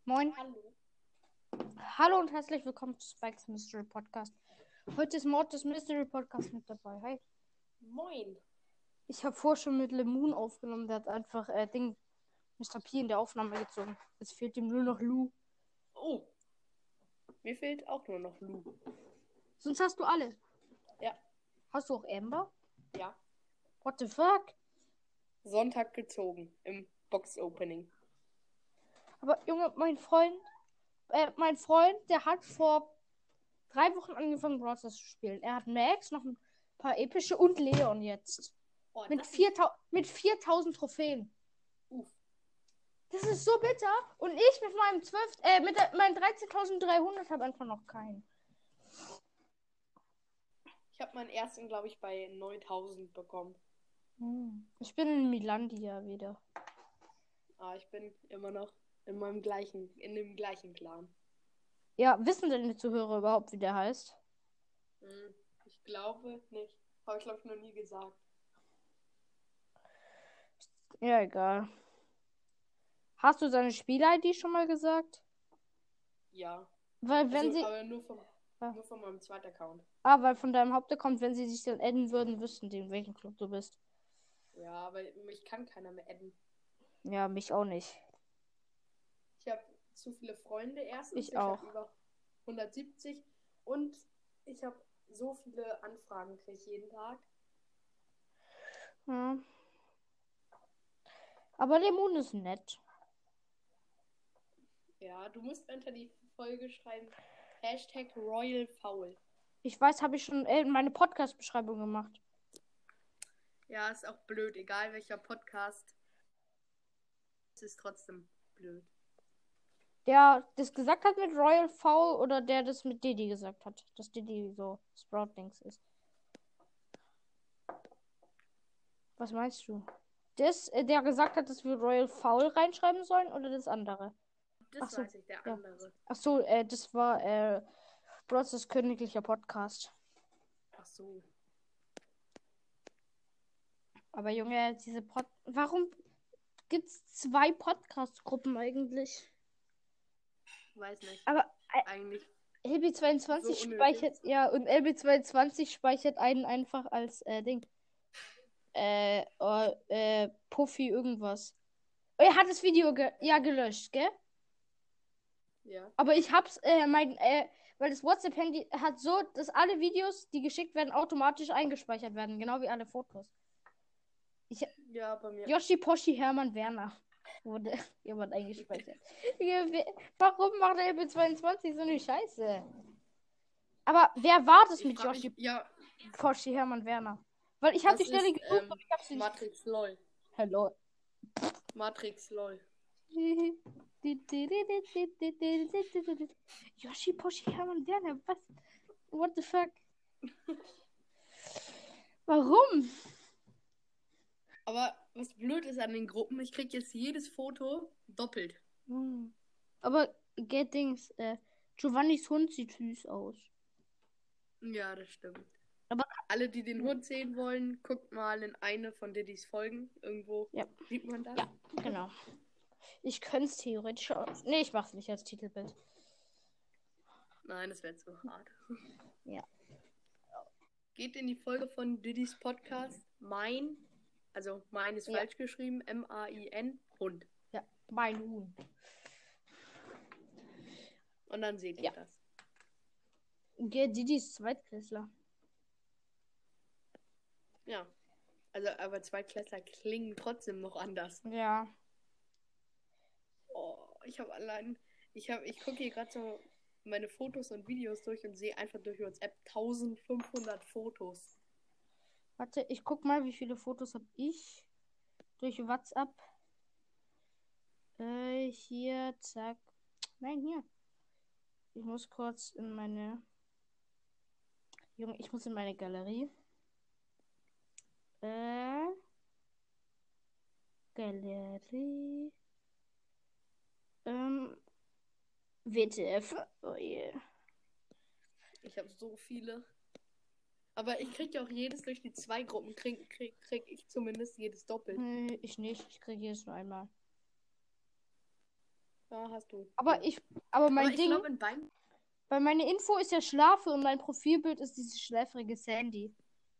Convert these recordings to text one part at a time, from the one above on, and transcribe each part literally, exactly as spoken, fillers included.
Moin. Hallo. Hallo und herzlich willkommen zu Spikes Mystery Podcast. Heute ist Mortis Mystery Podcast mit dabei. Hi. Moin. Ich habe vorher schon mit Lemon aufgenommen. Der hat einfach äh, Ding Mister P in der Aufnahme gezogen. Jetzt fehlt ihm nur noch Lou. Oh. Mir fehlt auch nur noch Lu. Sonst hast du alle. Ja. Hast du auch Amber? Ja. What the fuck? Sonntag gezogen im Box-Opening. Aber Junge, mein Freund, äh, mein Freund, der hat vor drei Wochen angefangen, Brawl Stars zu spielen. Er hat Max, noch ein paar epische und Leon jetzt. Oh, Mit, das ist... viertausend, mit viertausend Trophäen. Uff. Das ist so bitter. Und ich mit meinem zwölf, äh, mit der, meinen dreizehntausenddreihundert habe einfach noch keinen. Ich habe meinen ersten, glaube ich, bei neuntausend bekommen. Hm. Ich bin in Milandia wieder. Ah, ich bin immer noch in meinem gleichen, in dem gleichen Clan. Ja, wissen denn die Zuhörer überhaupt, wie der heißt? Hm, ich glaube nicht. Habe ich, glaube ich, noch nie gesagt. Ja, egal. Hast du seine Spiel-I D schon mal gesagt? Ja. Weil wenn Also, sie. aber nur vom, Ja. nur von meinem zweiten Account. Ah, weil von deinem Hauptaccount, wenn sie sich dann adden würden, wüssten die, in welchem Club du bist. Ja, aber mich kann keiner mehr adden. Ja, mich auch nicht. Ich habe zu viele Freunde erstens. Ich Ich auch. habe über hundertsiebzig und ich habe so viele Anfragen, kriege ich jeden Tag. Ja. Aber Lemon ist nett. Ja, du musst unter die Folge schreiben Hashtag Royal Foul. Ich weiß, habe ich schon in meine Podcast-Beschreibung gemacht. Ja, ist auch blöd, egal welcher Podcast. Es ist trotzdem blöd. Der das gesagt hat mit Royal Foul oder der das mit Diddy gesagt hat, dass Diddy so Sprout-Dings ist. Was meinst du? Das, äh, der gesagt hat, dass wir Royal Foul reinschreiben sollen oder das andere? Das Ach so, weiß ich, der ja. andere. Ach so, äh, das war äh, Bros. Königlicher Podcast. Ach so. Aber Junge, diese Pod... Warum gibt's zwei Podcast-Gruppen eigentlich? Weiß nicht. Aber äh, Eigentlich L B zweiundzwanzig so unnötig. speichert... Ja, und L B zweiundzwanzig speichert einen einfach als äh, Ding. Äh, oh, äh, Puffy irgendwas. Oh, er hat das Video ge ja gelöscht, gell? Ja. Aber ich hab's, äh, mein, äh, weil das WhatsApp-Handy hat so, dass alle Videos, die geschickt werden, automatisch eingespeichert werden. Genau wie alle Fotos. Ich, Ja, bei mir. Yoshi, Poshi, Hermann, Werner. Wurde jemand eingespeichert. Warum macht der L B zweiundzwanzig so eine Scheiße? Aber wer war das Ich mit frag Yoshi, mich, ja, Poshi, Hermann, Werner? Weil ich habe die das Stelle ist gesucht ähm, und ich hab's nicht. Matrix LOL. Hallo. Matrix LOL. Yoshi, Poshi, Hermann, Werner, was? What the fuck? Warum? Aber was blöd ist an den Gruppen, ich krieg jetzt jedes Foto doppelt. Hm. Aber Get Dings, äh, Giovannis Hund sieht süß aus. Ja, das stimmt. Aber alle, die den Hund sehen wollen, guckt mal in eine von Diddy's Folgen. Irgendwo ja. sieht man das. Ja, genau. Ich könnte es theoretisch auch. Nee, ich mach's nicht als Titelbild. Nein, das wäre zu hart. Ja. Geht in die Folge von Diddy's Podcast. Mein, also mein ist Ja. falsch geschrieben, M A I N, Hund. Ja, mein Huhn. Und dann seht ihr Ja. das. Get Diddy's Zweitklässler. Ja. Also, aber Zweitklässler klingen trotzdem noch anders. Ja. Oh, ich habe allein, ich habe, ich gucke hier gerade so meine Fotos und Videos durch und sehe einfach durch WhatsApp eintausendfünfhundert Fotos. Warte, ich guck mal, wie viele Fotos habe ich durch WhatsApp. Äh, hier, zack. Nein, hier. Ich muss kurz in meine. Junge, ich muss in meine Galerie. Äh. Galerie. Ähm. W T F. Oh je. Ich habe so viele. Aber ich kriege ja auch jedes durch die zwei Gruppen, krieg, krieg, krieg ich zumindest jedes doppelt. Nee, ich nicht. Ich kriege jedes nur einmal. Ja, hast du. Aber Ja. ich, aber mein Aber ich Ding, glaube, in beiden. weil meine Info ist ja Schlafe und mein Profilbild ist dieses schläfrige Sandy.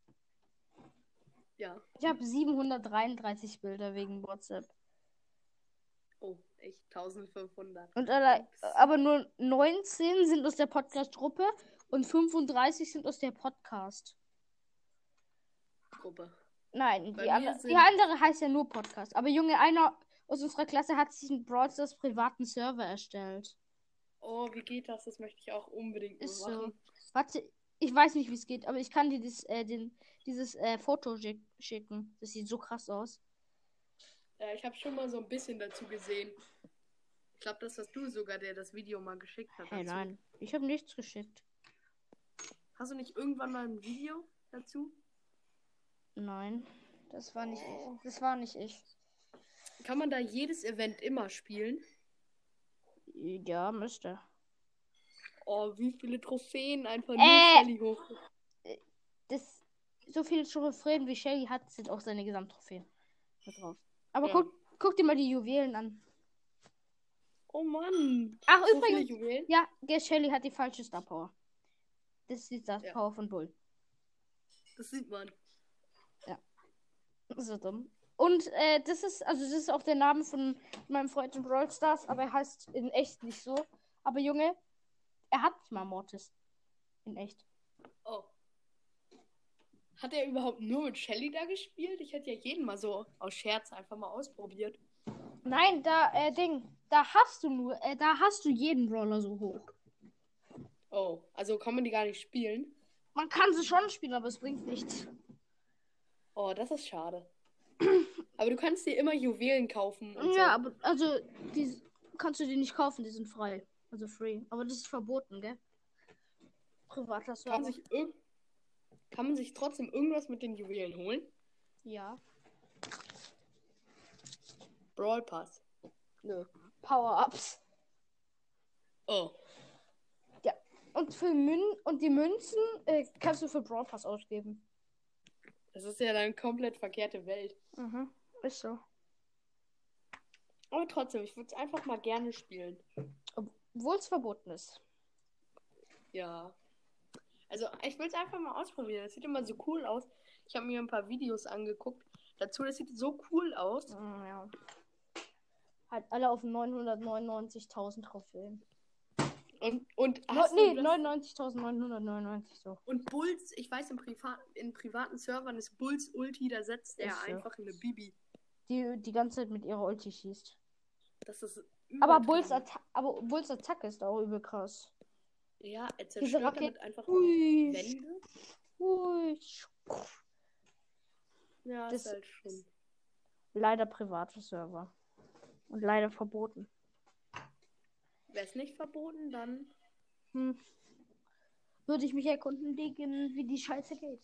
Ja. Ich habe siebenhundertdreiunddreißig Bilder wegen WhatsApp. Oh, echt eintausendfünfhundert. Und alle, Ups. aber nur neunzehn sind aus der Podcast-Gruppe und fünfunddreißig sind aus der Podcast. Gruppe. Nein, Bei die, mir andere, die sind- andere heißt ja nur Podcast. Aber Junge, einer aus unserer Klasse hat sich einen Brawl Stars privaten Server erstellt. Oh, wie geht das? Das möchte ich auch unbedingt Ist mal so. machen. Warte, ich weiß nicht, wie es geht, aber ich kann dir das, äh, den, dieses äh, Foto schick schicken. Das sieht so krass aus. Ja, ich habe schon mal so ein bisschen dazu gesehen. Ich glaube, das warst du sogar, der das Video mal geschickt hat. Hey, dazu. nein, ich habe nichts geschickt. Hast du nicht irgendwann mal ein Video dazu? Nein, das war nicht Oh. ich. Das war nicht ich. Kann man da jedes Event immer spielen? Ja, müsste. Oh, wie viele Trophäen einfach Äh. nur Shelly hoch. Das, so viele Trophäen wie Shelly hat, sind auch seine Gesamttrophäen da drauf. Aber Ja. guck, guck dir mal die Juwelen an. Oh Mann. Ach, So viele übrigens, Juwelen? ja, der Shelly hat die falsche Star Power. Das ist die Star Ja. Power von Bull. Das sieht man. So dumm. Und äh, das ist, also das ist auch der Name von meinem Freund in Brawl Stars, aber er heißt in echt nicht so. Aber Junge, er hat nicht mal Mortis. In echt. Oh. Hat er überhaupt nur mit Shelly da gespielt? Ich hätte ja jeden mal so aus Scherz einfach mal ausprobiert. Nein, da, äh, Ding, da hast du nur, äh, da hast du jeden Brawler so hoch. Oh, also kann man die gar nicht spielen? Man kann sie schon spielen, aber es bringt nichts. Oh, das ist schade. Aber du kannst dir immer Juwelen kaufen. Und Ja, so. aber, also, die kannst du dir nicht kaufen, die sind frei. Also free. Aber das ist verboten, gell? Privater Kann Server. man sich irg kann man sich trotzdem irgendwas mit den Juwelen holen? Ja. Brawl Pass. Nö. Power-Ups. Oh. Ja. Und für Mün und die Münzen äh, kannst du für Brawl Pass ausgeben. Das ist ja dann komplett verkehrte Welt. Mhm. Ist so. Aber trotzdem, ich würde es einfach mal gerne spielen. Obwohl es verboten ist. Ja. Also, ich will es einfach mal ausprobieren. Das sieht immer so cool aus. Ich habe mir ein paar Videos angeguckt. Dazu, das sieht so cool aus. Mm, ja. Halt alle auf neunhundertneunundneunzigtausend Trophäen. Und, und No, hast nee, du das- neunundneunzigtausendneunhundertneunundneunzig so. Und Bulls, ich weiß, in, Privat, in privaten Servern ist Bulls Ulti, da setzt der Ist so. einfach eine Bibi. Die die ganze Zeit mit ihrer Ulti schießt. Das ist Aber übertrieben. Bulls, Atta aber Bulls Attacke ist auch übel krass. Ja, er Diese zerstört Rakete. damit einfach Ui. Wände. Ui. Ja, Das- ist halt schon. Leider private Server. Und leider verboten. Wäre es nicht verboten, dann. Hm. Würde ich mich erkundigen, wie die Scheiße geht.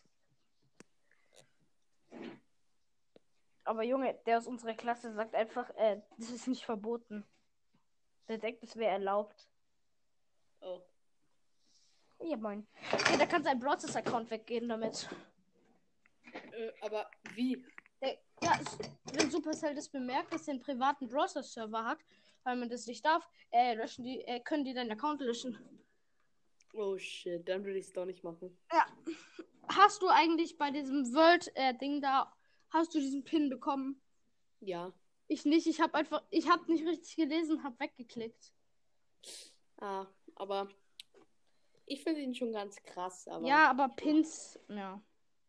Aber Junge, der aus unserer Klasse sagt einfach, äh, das ist nicht verboten. Der denkt, es wäre erlaubt. Oh. Ja, moin. Ja, da kann sein Broadcast-Account weggehen damit. Äh, aber wie? Der, ja, es, wenn Supercell das bemerkt, dass er einen privaten Browser-Server hat, weil man das nicht darf, äh, löschen die, äh, können die deinen Account löschen. Oh shit, dann würde ich es doch nicht machen. Hast du eigentlich bei diesem World-Ding da, hast du diesen Pin bekommen? Ja. Ich nicht, ich habe einfach, ich habe nicht richtig gelesen, habe weggeklickt. Ah, aber ich finde ihn schon ganz krass, aber. Ja, aber Pins, ja.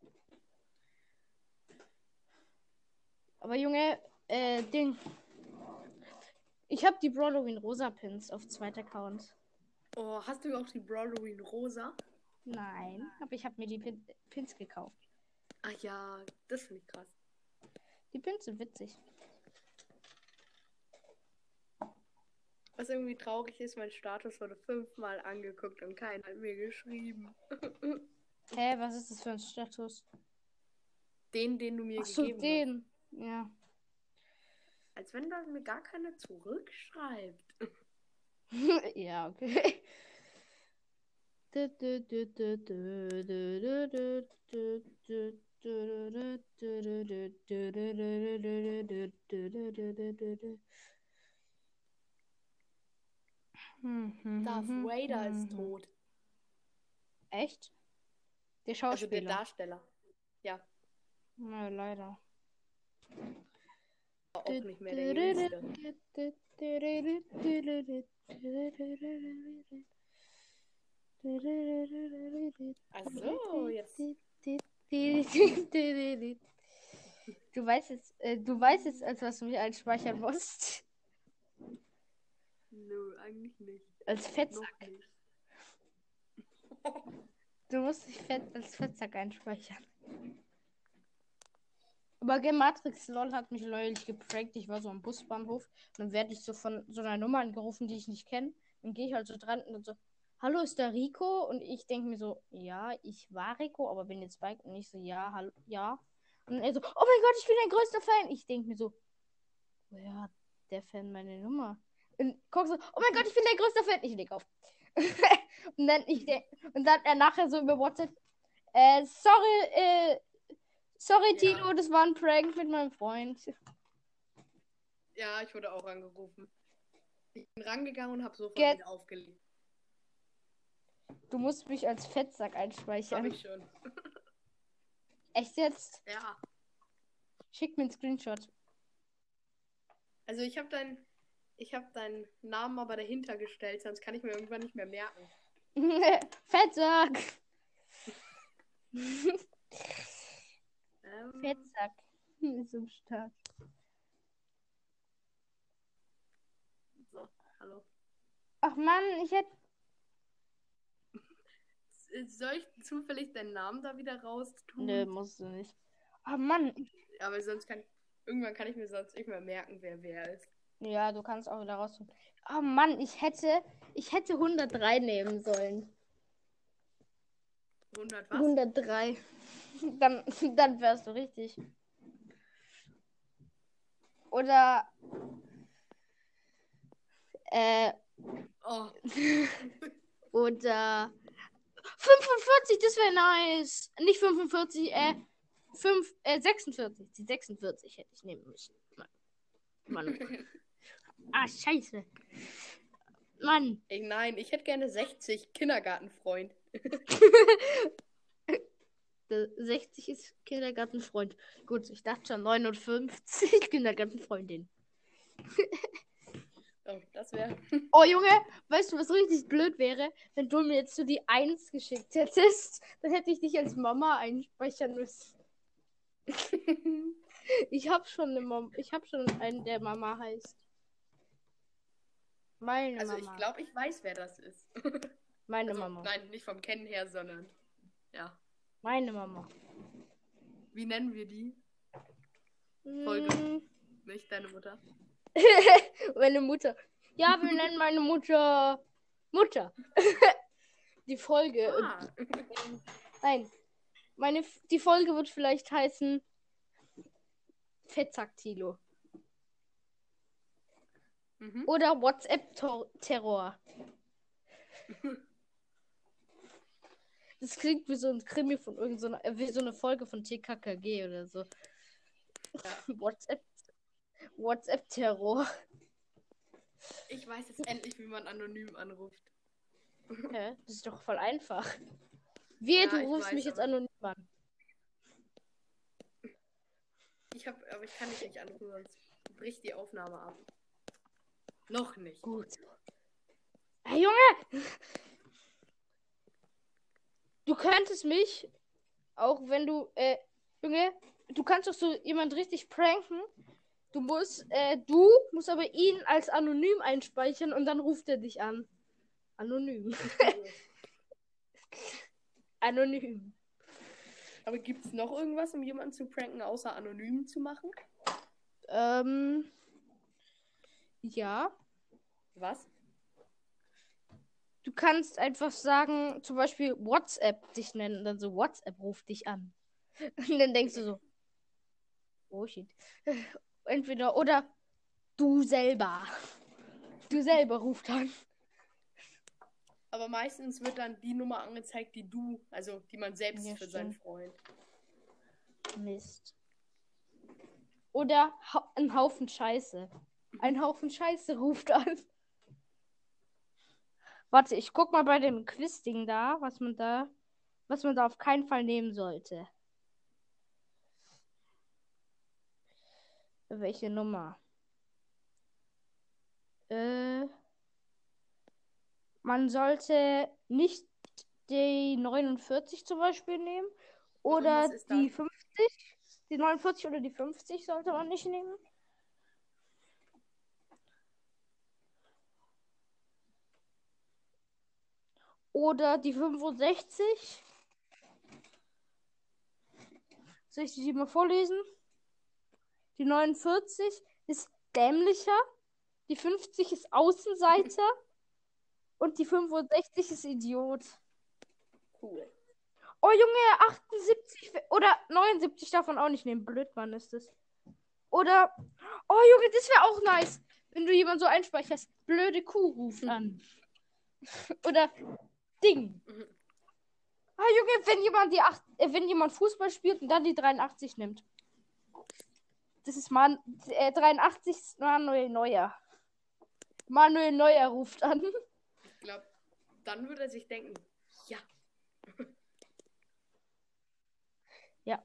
Aber Junge, äh, Ding. Ich habe die Brawloween Rosa Pins auf zweiter Account. Oh, hast du auch die Brawloween Rosa? Nein, aber ich habe mir die Pin Pins gekauft. Ach ja, das finde ich krass. Die Pins sind witzig. Was irgendwie traurig ist, mein Status wurde fünfmal angeguckt und keiner hat mir geschrieben. Hä, was ist das für ein Status? Den, den du mir Ach so, gegeben den. Ja. hast. Als wenn da mir gar keiner zurückschreibt. Ja, okay. Darth Vader ist tot. Echt? Der Also der Schauspieler? Darsteller. Ja, Na, leider. auch nicht mehr der Jüngste. Also, jetzt. Du weißt jetzt, äh, du weißt jetzt, als was du mich einspeichern musst. Nö, eigentlich nicht. Als Fettsack. Noch nicht. Du musst dich fett, als Fettsack einspeichern. Aber Gematrix LOL hat mich neulich geprankt. Ich war so am Busbahnhof und dann werde ich so von so einer Nummer angerufen, die ich nicht kenne. Dann gehe ich halt so dran und dann so, hallo, ist da Rico? Und ich denke mir so, ja, ich war Rico, aber bin jetzt Spike. Und ich so, ja, hallo, ja. Und er so, oh mein Gott, ich bin dein größter Fan. Ich denke mir so, woher hat der Fan meine Nummer? Und guck so, oh mein Gott, ich bin dein größter Fan. Ich leg auf. und dann ich denk, und dann er nachher so über WhatsApp, äh, sorry, äh, sorry, Ja. Tilo, das war ein Prank mit meinem Freund. Ja, ich wurde auch angerufen. Ich bin rangegangen und habe sofort Get- wieder aufgelegt. Du musst mich als Fettsack einspeichern. Hab ich schon. Echt jetzt? Ja. Schick mir einen Screenshot. Also ich habe deinen ich habe deinen Namen aber dahinter gestellt, sonst kann ich mir irgendwann nicht mehr merken. Fettsack. Ähm, Fettsack. Ist im Start. so, hallo. Ach Mann, ich hätte. Soll ich zufällig deinen Namen da wieder raus tun? Nö, musst du nicht. Ach Mann. Aber sonst kann irgendwann kann ich mir sonst nicht mehr merken, wer wer ist. Ja, du kannst auch wieder raus tun. Oh Mann, ich hätte. Ich hätte hundertdrei nehmen sollen. hundert was? hundertdrei. Dann, dann wärst du richtig. Oder. Äh. Oh, Oder. fünfundvierzig, das wäre nice. Nicht fünfundvierzig, äh. fünf, äh, sechsundvierzig. Die sechsundvierzig hätte ich nehmen müssen. Mann. Mann. Ah, scheiße. Mann. ey, nein, ich hätte gerne sechzig. Kindergartenfreund. Der sechzig ist Kindergartenfreund. Gut, ich dachte schon neunundfünfzig Kindergartenfreundin. Oh, das wäre. Oh Junge, weißt du, was richtig blöd wäre? Wenn du mir jetzt so die eins geschickt hättest, dann hätte ich dich als Mama einspeichern müssen. Ich habe schon eine Mama, ich habe schon einen, der Mama heißt. Meine Also Mama. ich glaube, ich weiß, wer das ist. Meine Also, Mama. nein, nicht vom Kennen her, sondern. Ja. Meine Mama. Wie nennen wir die? Folge. Hm, Nicht deine Mutter. meine Mutter. Ja, wir nennen meine Mutter Mutter. Die Folge. Ah. Nein. Meine, die Folge wird vielleicht heißen Fettsack-Tilo. Mhm. Oder WhatsApp-Terror. Das klingt wie so ein Krimi von irgendeiner, äh, wie so eine Folge von T K K G oder so. Ja. WhatsApp, WhatsApp-Terror. Ich weiß jetzt endlich, wie man anonym anruft. Hä? Das ist doch voll einfach. Wie, Ja, du ich rufst weiß, mich jetzt aber- anonym an. Ich hab, aber ich kann dich nicht anrufen, sonst bricht die Aufnahme ab. Noch nicht. Gut. Hey Junge! Du könntest mich, auch wenn du, äh, Junge, du kannst doch so jemand richtig pranken. Du musst, äh, du musst aber ihn als anonym einspeichern und dann ruft er dich an. Anonym. Anonym. Aber gibt es noch irgendwas, um jemanden zu pranken, außer anonym zu machen? Ähm, ja. Was? Du kannst einfach sagen, zum Beispiel WhatsApp dich nennen und dann so WhatsApp ruft dich an. Und dann denkst du so, oh shit. Entweder oder du selber. Du selber ruft an. Aber meistens wird dann die Nummer angezeigt, die du, also die man selbst Ja, für seinen stimmt. Freund. Mist. Oder hau- ein Haufen Scheiße. Ein Haufen Scheiße ruft an. Warte, ich guck mal bei dem Quiz-Ding da, was man da, was man da auf keinen Fall nehmen sollte. Welche Nummer? Äh, man sollte nicht die neunundvierzig zum Beispiel nehmen. Warum, Oder was ist das? die fünfzig. Die neunundvierzig oder die fünfzig sollte man nicht nehmen. Oder die fünfundsechzig. Soll ich die mal vorlesen? Die neunundvierzig ist dämlicher. Die fünfzig ist Außenseiter. Und die fünfundsechzig ist Idiot. Cool. Oh Junge, achtundsiebzig oder neunundsiebzig davon auch nicht nehmen. Blödmann ist es. Oder, oh Junge, das wäre auch nice, wenn du jemanden so einspeicherst. Blöde Kuh ruft an. Oder Ding. Ah Junge, wenn jemand die acht, äh, wenn jemand Fußball spielt und dann die dreiundachtzig nimmt. Das ist Man, äh, dreiundachtzig ist Manuel Neuer. Manuel Neuer ruft an. Ich glaube, dann würde er sich denken, ja. Ja.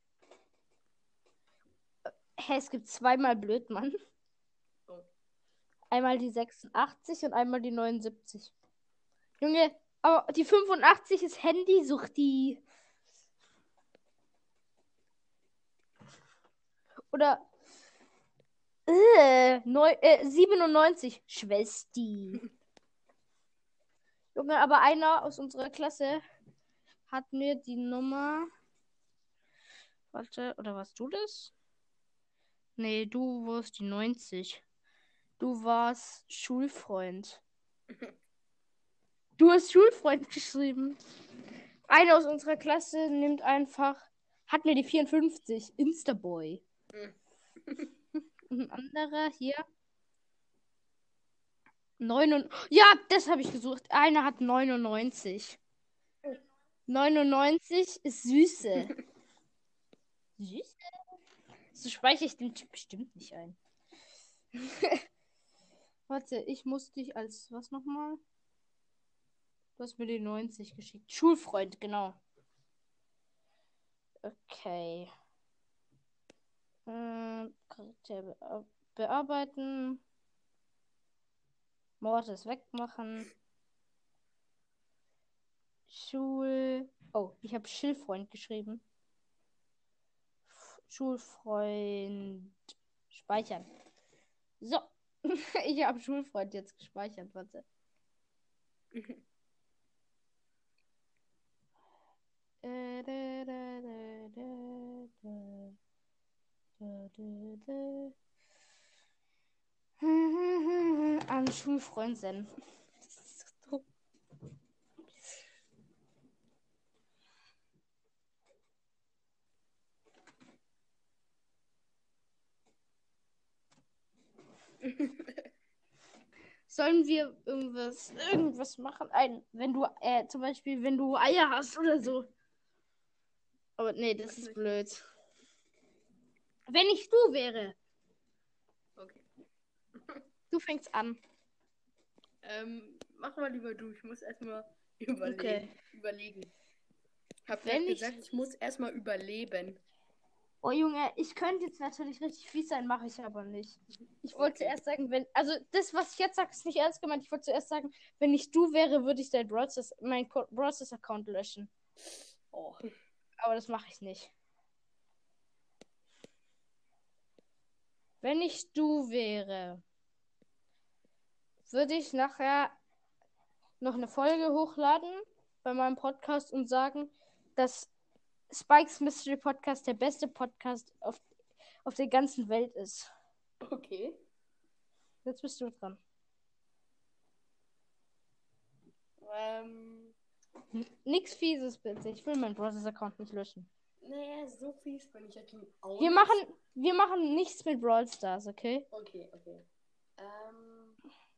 Hä, es gibt zweimal Blödmann. Oh. Einmal die sechsundachtzig und einmal die neunundsiebzig. Junge, aber die fünfundachtzig ist Handysuchti. Oder äh, neu, äh, siebenundneunzig. Schwesti. Junge, aber einer aus unserer Klasse hat mir die Nummer. Warte, oder warst du das? Nee, du warst die neunzig. Du warst Schulfreund. Du hast Schulfreund geschrieben. Einer aus unserer Klasse nimmt einfach, hat mir die vierundfünfzig. Instaboy. Und ein anderer hier. neun, ja, das habe ich gesucht. Einer hat neunundneunzig. neunundneunzig ist Süße. Süße? So speichere ich den Typ bestimmt nicht ein. Warte, ich muss dich als, was nochmal? Du hast mir die neunzig geschickt. Schulfreund, genau. Okay. Äh, Charakter bea- bearbeiten. Mordes wegmachen. Schul... Oh, ich habe Schulfreund geschrieben. F- Schulfreund speichern. So. Ich habe Schulfreund jetzt gespeichert, warte. Äh, da, da, da, da, da, da, da, da. An Schulfreund senden. Das ist so dumm. Sollen wir irgendwas, irgendwas machen? Ein, wenn du, äh, zum Beispiel, wenn du Eier hast oder so. Aber nee, das Was ist nicht? blöd. Wenn ich du wäre. Okay. Du fängst an. Ähm, mach mal lieber du. Ich muss erstmal überlegen. Okay. Überlegen. Hab Wenn grad ich- gesagt, ich muss erstmal überleben. Oh Junge, ich könnte jetzt natürlich richtig fies sein, mache ich aber nicht. Ich wollte Okay. zuerst sagen, wenn, also das, was ich jetzt sage, ist nicht ernst gemeint. Ich wollte zuerst sagen, wenn ich du wäre, würde ich dein Brawl Stars, mein Co- Brawl Stars Account löschen. Oh. Aber das mache ich nicht. Wenn ich du wäre, würde ich nachher noch eine Folge hochladen bei meinem Podcast und sagen, dass Spikes Mystery Podcast der beste Podcast auf, auf der ganzen Welt ist. Okay. Jetzt bist du dran. Ähm, N nix Fieses bitte. Ich will meinen Browser Account nicht löschen. nee, so fies bin ich jetzt auch Wir nicht. machen, wir machen nichts mit Brawl Stars, okay? Okay, okay. Ähm.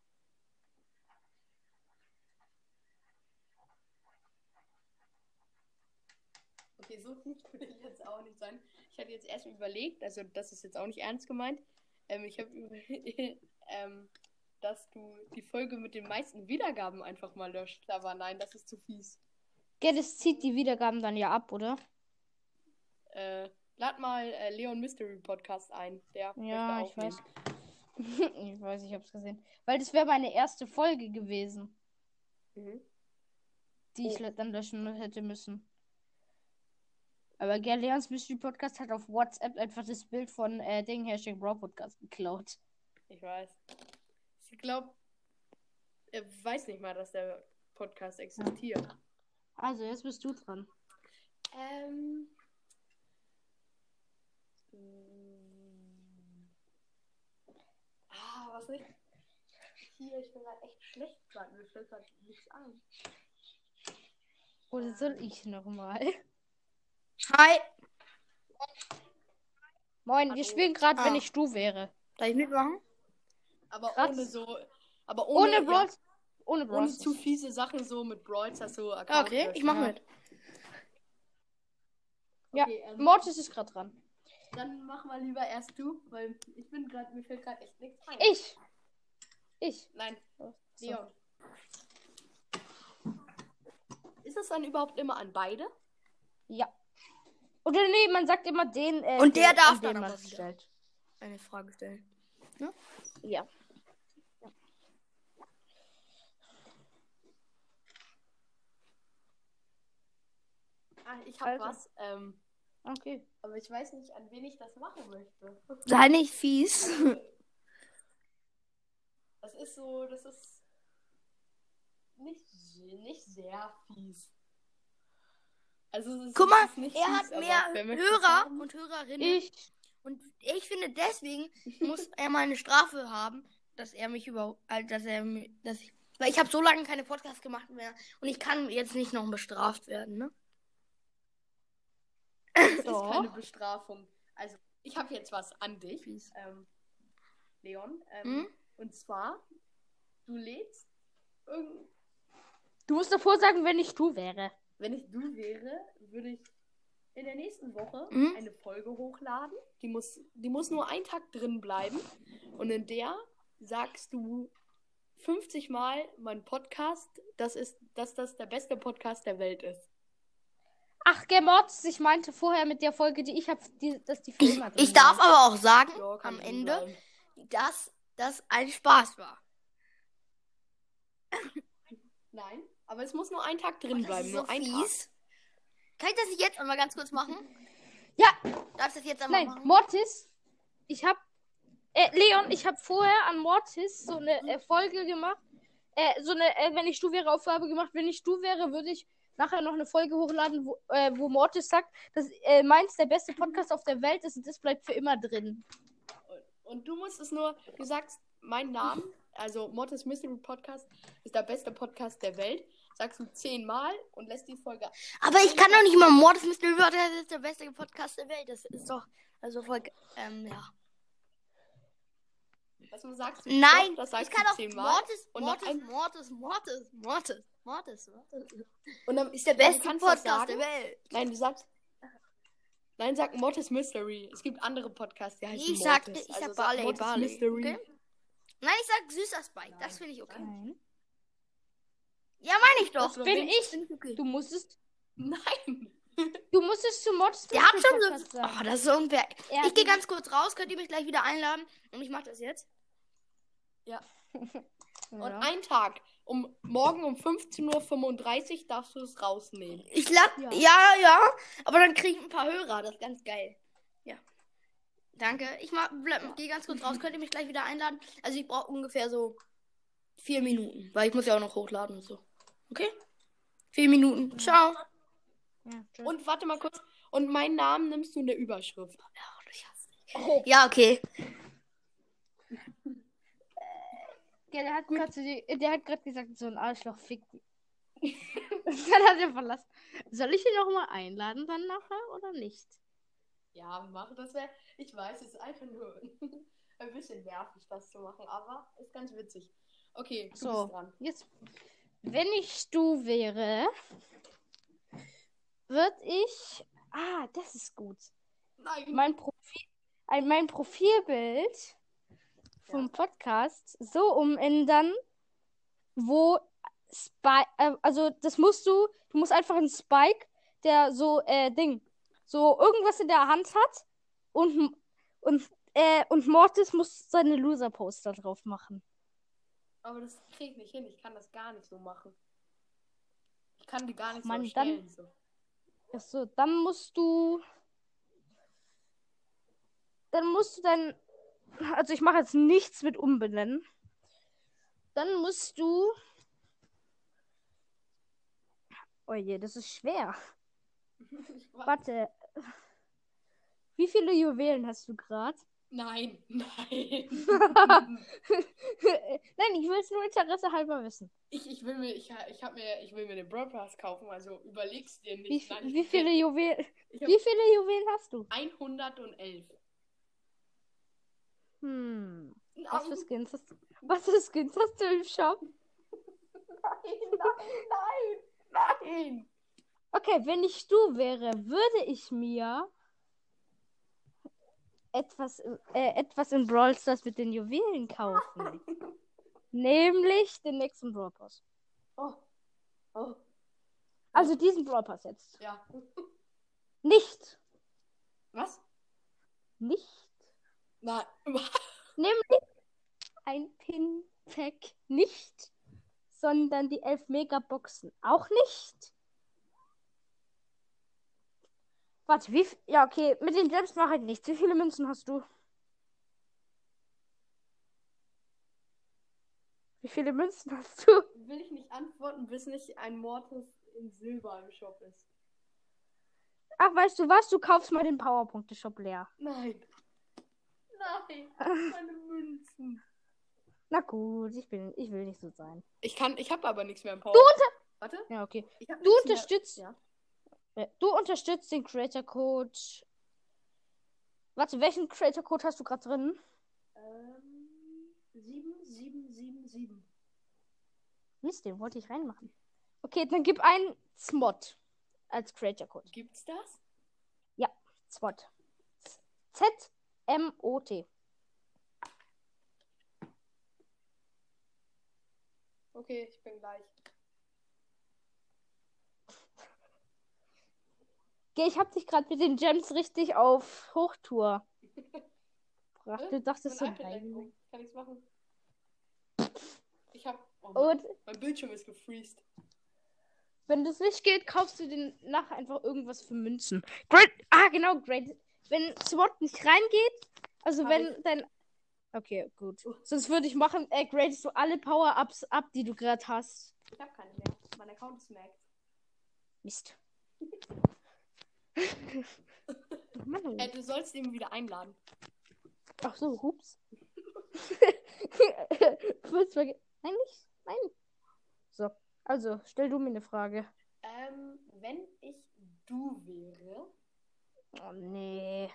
Okay, so fies will ich jetzt auch nicht sein. Ich hatte jetzt erst überlegt, also das ist jetzt auch nicht ernst gemeint. Ähm, ich habe über, ähm, dass du die Folge mit den meisten Wiedergaben einfach mal löscht. Aber nein, das ist zu fies. Ja, das zieht die Wiedergaben dann ja ab, oder? Äh, lad mal äh, Leon Mystery Podcast ein. Der Ja, möchte ich weiß. aufnehmen. Ich weiß, ich hab's gesehen. Weil das wäre meine erste Folge gewesen, Mhm. die ich Oh. dann löschen hätte müssen. Aber Gerd Leons Mystery Podcast hat auf WhatsApp einfach das Bild von äh, Ding Hashtag Brawl Podcast geklaut. Ich weiß. Ich glaube, er weiß nicht mal, dass der Podcast existiert. Also, jetzt bist du dran. Ähm. mm. Ah, was nicht? Hier, ich bin gerade echt schlecht gerade. Mir fällt gerade nichts ein. Oder soll ich nochmal? Hi. Moin, Hallo. wir spielen gerade, wenn Ah. ich du wäre. Darf ich mitmachen? Aber Krass. ohne so. Aber Ohne ohne, Brawl. ja, Ohne Brawl. ohne zu fiese Sachen so mit Brawls, dass du Ah, Account okay, löschen. ich mach ja. mit. Ja, Okay, ähm, Mortis ist gerade dran. dann mach mal lieber erst du, weil ich bin gerade, mir fällt gerade echt nichts ein. Ich. Ich. Nein, So. Leon. Ist es dann überhaupt immer an beide? Ja. Oder nee, man sagt immer den. Äh, Und der darf an den dann man aber wieder. stellt. Eine Frage stellen. Ja. Ah, ich hab Also. was, ähm, Okay. aber ich weiß nicht, an wen ich das machen möchte. Sei nicht fies. Das ist so, das ist nicht, nicht sehr fies. Also es ist, Guck es mal, ist nicht er fies, hat aber mehr wer möchte es Hörer haben? und Hörerinnen. Ich. Und ich finde, deswegen muss er mal eine Strafe haben, dass er mich überhaupt, äh, dass er, mi- dass ich, weil ich habe so lange keine Podcasts gemacht mehr und ich kann jetzt nicht noch bestraft werden, ne? Das ist Doch. keine Bestrafung. Also, ich habe jetzt was an dich, Fies. ähm, Leon. Ähm, Hm? Und zwar, du lädst irgend... Du musst davor sagen, wenn ich du wäre. Wenn ich du wäre, würde ich in der nächsten Woche Mhm. eine Folge hochladen. Die muss, die muss nur einen Tag drin bleiben. Und in der sagst du fünfzig Mal mein Podcast, das ist, dass das der beste Podcast der Welt ist. Ach, Gemorts, ich meinte vorher mit der Folge, die ich habe, die, dass die für Ich, immer drin ich darf bleibt. aber auch sagen, Ja, kann am so Ende, bleiben. dass das ein Spaß war. Nein, aber es muss nur einen Tag drin Und das bleiben. ist Nur so ein fies. Kann ich das nicht jetzt einmal ganz kurz machen? Ja. Darf ich das jetzt einmal Nein, machen? Mortis, ich hab, äh, Leon, ich hab vorher an Mortis so eine äh, Folge gemacht, äh, so eine, äh, wenn ich du wäre Aufgabe gemacht, wenn ich du wäre, würde ich nachher noch eine Folge hochladen, wo, äh, wo Mortis sagt, dass äh, meins der beste Podcast auf der Welt ist und das bleibt für immer drin. Tag. Und, und du musst es nur, du sagst meinen Namen, also Mortis Mystery Podcast ist der beste Podcast der Welt. Sagst du zehnmal und lässt die Folge. Aber ich kann doch nicht mal Mordes Mystery Podcast, das ist der beste Podcast der Welt. Das ist doch, also voll, ähm, ja. Was du sagst? Nein, Doch, das sagst ich kann du doch zehnmal. Mortis, Und nach Mortis, einem- Mortis, Mortis, Mortis, Mortis, Mortis. Und dann Ist der du beste kannst das Podcast sagen. der Welt. Nein, du sagst. Nein, sag Mortis Mystery. Es gibt andere Podcasts, die heißen Ich sagte, Mortis. ich Also sag sag Barley, Mortis Barley. Mystery. Okay? Nein, ich sag süßer Spike. Nein. Das finde ich okay. Nein. Ja, meine ich doch. Das Bin ich. Finde ich okay. Du musstest, Nein. du musstest zu Mortis Der hat Mystery schon so. Podcast sagen. Oh, das ist so unfair. Er Ich gehe hat- ganz kurz raus. Könnt ihr mich gleich wieder einladen? Und ich mache das jetzt. Ja. Und Ja. ein Tag. Um morgen um fünfzehn Uhr fünfunddreißig darfst du es rausnehmen. Ich lad. Ja. Ja. ja, Aber dann kriege ich ein paar Hörer. Das ist ganz geil. Ja. Danke. Ich mach, bleib, gehe ganz kurz raus. Könnt ihr mich gleich wieder einladen? Also ich brauche ungefähr so vier Minuten. Weil ich muss ja auch noch hochladen und so. Okay? Vier Minuten. Ciao. Ja, tschüss. Und warte mal kurz. Und meinen Namen nimmst du in der Überschrift. Oh. Ja, okay. Ja, der hat gerade zu- der hat gerade gesagt, so ein Arschloch fickt. Dann hat er verlassen. Soll ich ihn noch mal einladen dann nachher oder nicht? Ja, mach das. Wär, ich weiß, es ist einfach nur ein bisschen nervig, das zu machen, aber ist ganz witzig. Okay, du So, bist dran. jetzt, wenn ich du wäre, würde ich, ah, das ist gut. Nein. Mein Profil, ein, mein Profilbild vom Podcast so umändern, wo Spike, äh, also das musst du, du musst einfach einen Spike, der so, äh, Ding, so irgendwas in der Hand hat und, und, äh, und Mortis muss seine Loser-Poster drauf machen. Aber das krieg ich nicht hin. Ich kann das gar nicht so machen. Ich kann die gar nicht Mann, so erstellen. dann- So. Achso, dann musst du, dann musst du dann, also ich mache jetzt nichts mit umbenennen. Dann musst du, oh je, das ist schwer. Warte. Wie viele Juwelen hast du gerade? Nein, nein. Nein, ich will es nur Interesse halber wissen. ich, ich will mir, ich, ich hab mir, ich will mir den Brawl Pass kaufen, also überleg's dir nicht. Wie, Nein, wie ich- viele Juwelen? Ich hab Wie viele Juwelen hast du? hundertelf. Hm. Nein, Was für Skins hast du? Was für Skins hast du im Shop? nein, nein, nein, nein. Okay, wenn ich du wäre, würde ich mir etwas, äh, etwas in Brawl Stars mit den Juwelen kaufen. Nämlich den nächsten Brawl Pass. Oh. Oh. Also diesen Brawl Pass jetzt. Ja. Nicht. Was? Nicht. Nein. Nämlich ein Pin-Pack nicht, sondern die elf Megaboxen auch nicht. Warte, wie viel? Ja, okay, mit den Gems mache ich nichts. Wie viele Münzen hast du? Wie viele Münzen hast du? Will ich nicht antworten, bis nicht ein Mortis in Silber im Shop ist. Ach, weißt du was? Du kaufst mal den Powerpunkte-Shop leer. Nein. Nein, meine Münzen. Na gut, ich, bin, ich will nicht so sein. Ich kann, ich habe aber nichts mehr im Power. Du unter... Warte. Ja, okay. Ich hab Du nichts mehr- unterstützt... Ja. Ja, Du unterstützt den Creator-Code... Warte, welchen Creator-Code hast du gerade drin? Ähm, sieben sieben sieben sieben. Mist, den wollte ich reinmachen. Okay, dann gib einen Smot als Creator-Code. Gibt's das? Smot. Z M O T. Okay, ich bin gleich. Okay, ich hab dich gerade mit den Gems richtig auf Hochtour gebracht. Du dachtest so, Mein iPad leckt nein. rum. Kann ich's machen? Ich hab. Oh, Und mein Bildschirm ist gefreezed. wenn das nicht geht, kaufst du den nachher einfach irgendwas für Münzen. Great. Ah, genau, great. Wenn Sword nicht reingeht, also Hab wenn dein. Okay, gut. Sonst würde ich machen, äh, gradest du alle Power-Ups ab, die du gerade hast. Ich hab keine mehr. Mein Account ist Mac. Mist. Mann. Äh, du sollst ihn wieder einladen. Ach so, hups. Was verge- Nein, nicht. Nein. So, also, stell du mir eine Frage. Ähm, wenn ich du wäre. Oh, nee.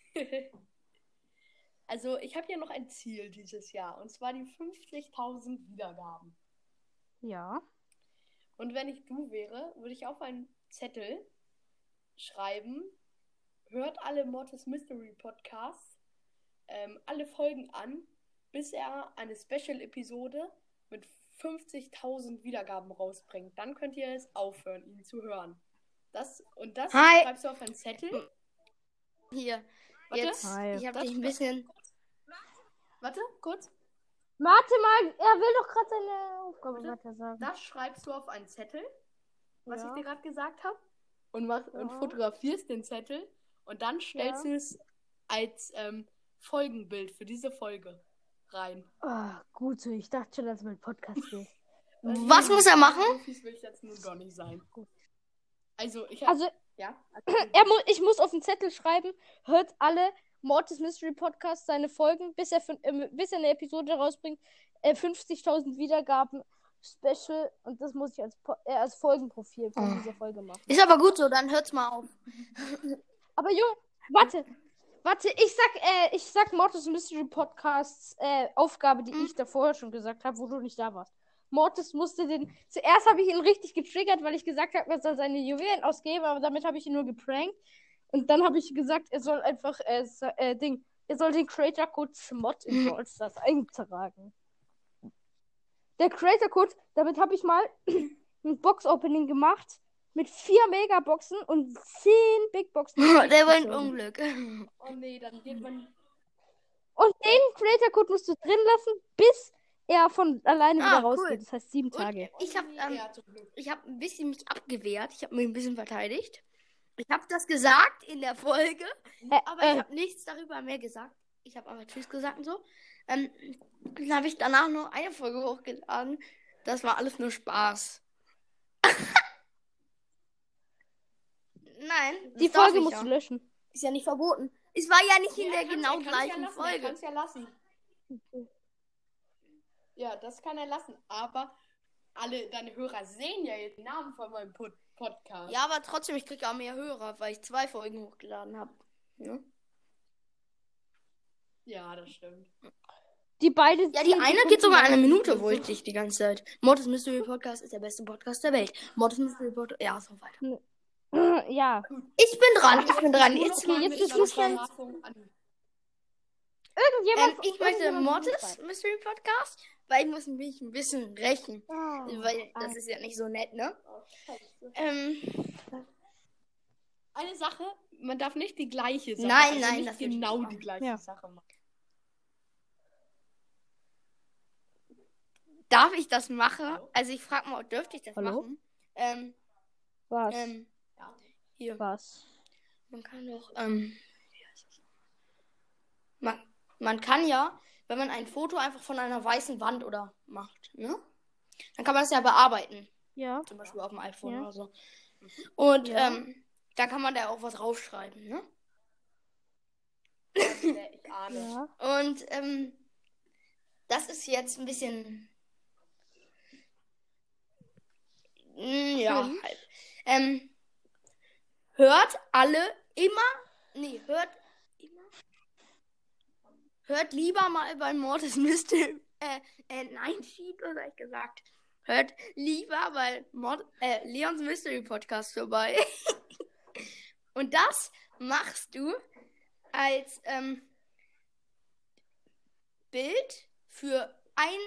Also, ich habe ja noch ein Ziel dieses Jahr. Und zwar die fünfzigtausend Wiedergaben. Ja. Und wenn ich du wäre, würde ich auf einen Zettel schreiben, hört alle Mortis Mystery Podcasts, ähm, alle Folgen an, bis er eine Special-Episode mit fünfzigtausend Wiedergaben rausbringt. Dann könnt ihr es aufhören, ihn zu hören. Das, und das Hi. schreibst du auf einen Zettel. Hier, Warte. jetzt, Hi. ich habe Das- dich ein bisschen... Warte, kurz. Warte mal, er will doch gerade seine Aufgabe Bitte? weiter sagen. Das schreibst du auf einen Zettel, was Ja. ich dir gerade gesagt habe. Und, mach, und Ja. fotografierst den Zettel. Und dann stellst Ja. du es als ähm, Folgenbild für diese Folge rein. Oh, gut so, ich dachte schon, dass mein Podcast geht. Was muss er machen? Profis will ich jetzt nun gar nicht sein. Also, ich hab, Also, ja. er mu ich muss auf den Zettel schreiben, hört alle Mortis Mystery Podcast seine Folgen, bis er, fün- äh, bis er eine Episode rausbringt, äh, fünfzigtausend Wiedergaben Special, und das muss ich als, Po- äh, als Folgenprofil von Oh. dieser Folge machen. Ist aber gut so, dann hört's mal auf. Aber Junge, warte, warte, ich sag, äh, ich sag Mortis Mystery Podcasts äh, Aufgabe, die Mhm. ich da vorher schon gesagt habe, wo du nicht da warst. Mortis musste den, zuerst habe ich ihn richtig getriggert, weil ich gesagt habe, er soll seine Juwelen ausgeben, aber damit habe ich ihn nur geprankt. Und dann habe ich gesagt, er soll einfach, äh, sa- äh, Ding, ihr sollt den Creator-Code Schmott in Brawl Stars eintragen. Der Creator-Code, damit habe ich mal ein Box-Opening gemacht mit vier Megaboxen und zehn Big Boxen. Der war ein Unglück. Oh nee, dann geht man. Und den Creator-Code musst du drin lassen, bis er von alleine Ah, wieder rausgeht. cool. Das heißt sieben Und Tage. ich habe ähm, Ja, zum Glück. ich habe ein bisschen mich abgewehrt. Ich habe mich ein bisschen verteidigt. Ich habe das gesagt in der Folge, Äh, aber äh, ich habe nichts darüber mehr gesagt. Ich habe aber Tschüss gesagt und so. Ähm, dann habe ich danach noch eine Folge hochgeladen. Das war alles nur Spaß. Nein, das die darf Folge ich musst ja. du löschen. Ist ja nicht verboten. Es war ja nicht in Ja, der er kann's- genau er kann's gleichen ja lassen, Er Folge. kann's ja lassen. Ja, das kann er lassen. Aber alle deine Hörer sehen ja jetzt den Namen von meinem Pod Podcast. Ja, aber trotzdem, ich kriege auch mehr Hörer, weil ich zwei Folgen hochgeladen habe. Ja? Ja, das stimmt. Die beide. Ja, die zehn eine Sekunden geht sogar eine lang. Minute, wo ich dich die ganze Zeit. Mortis Mystery Podcast ist der beste Podcast der Welt. Mortis Mystery Podcast. Ja, so weiter. Ja. Ich bin dran, ich bin dran. Nur Jetzt, noch mal jetzt mit ist einer Lucian- Unterbrechung an- Irgendjemand. ähm, ich möchte irgendjemand Mortis muss rein. Mystery Podcast, weil ich muss mich ein bisschen rächen. Ah, Weil das ist ja nicht so nett, ne? Oh, scheiße. Ähm, Eine Sache, man darf nicht die gleiche Sache. Nein, also nein, nicht das will ich genau nicht die machen. gleiche Ja. Sache machen. darf ich das machen? Also ich frage mal, dürfte ich das Hallo? machen? Ähm, Was? ähm, Ja. hier. Was? Man kann doch, ähm, wie heißt das? Man, man kann ja, wenn man ein Foto einfach von einer weißen Wand oder macht, ne? Dann kann man das ja bearbeiten. Ja. Zum Beispiel auf dem iPhone Ja. oder so. Und, Ja. ähm, dann kann man da auch was draufschreiben, ne? Ich ahne. Ja. Und, ähm, das ist jetzt ein bisschen, mm, ja, Stimmt. halt. Ähm, hört alle immer, nee, hört immer, hört lieber mal bei Mortis Mystery, äh, äh, nein, Sheet, was hab ich gesagt? Hört lieber bei Mord, äh, Leons Mystery Podcast vorbei. Und das machst du als, ähm, Bild für ein,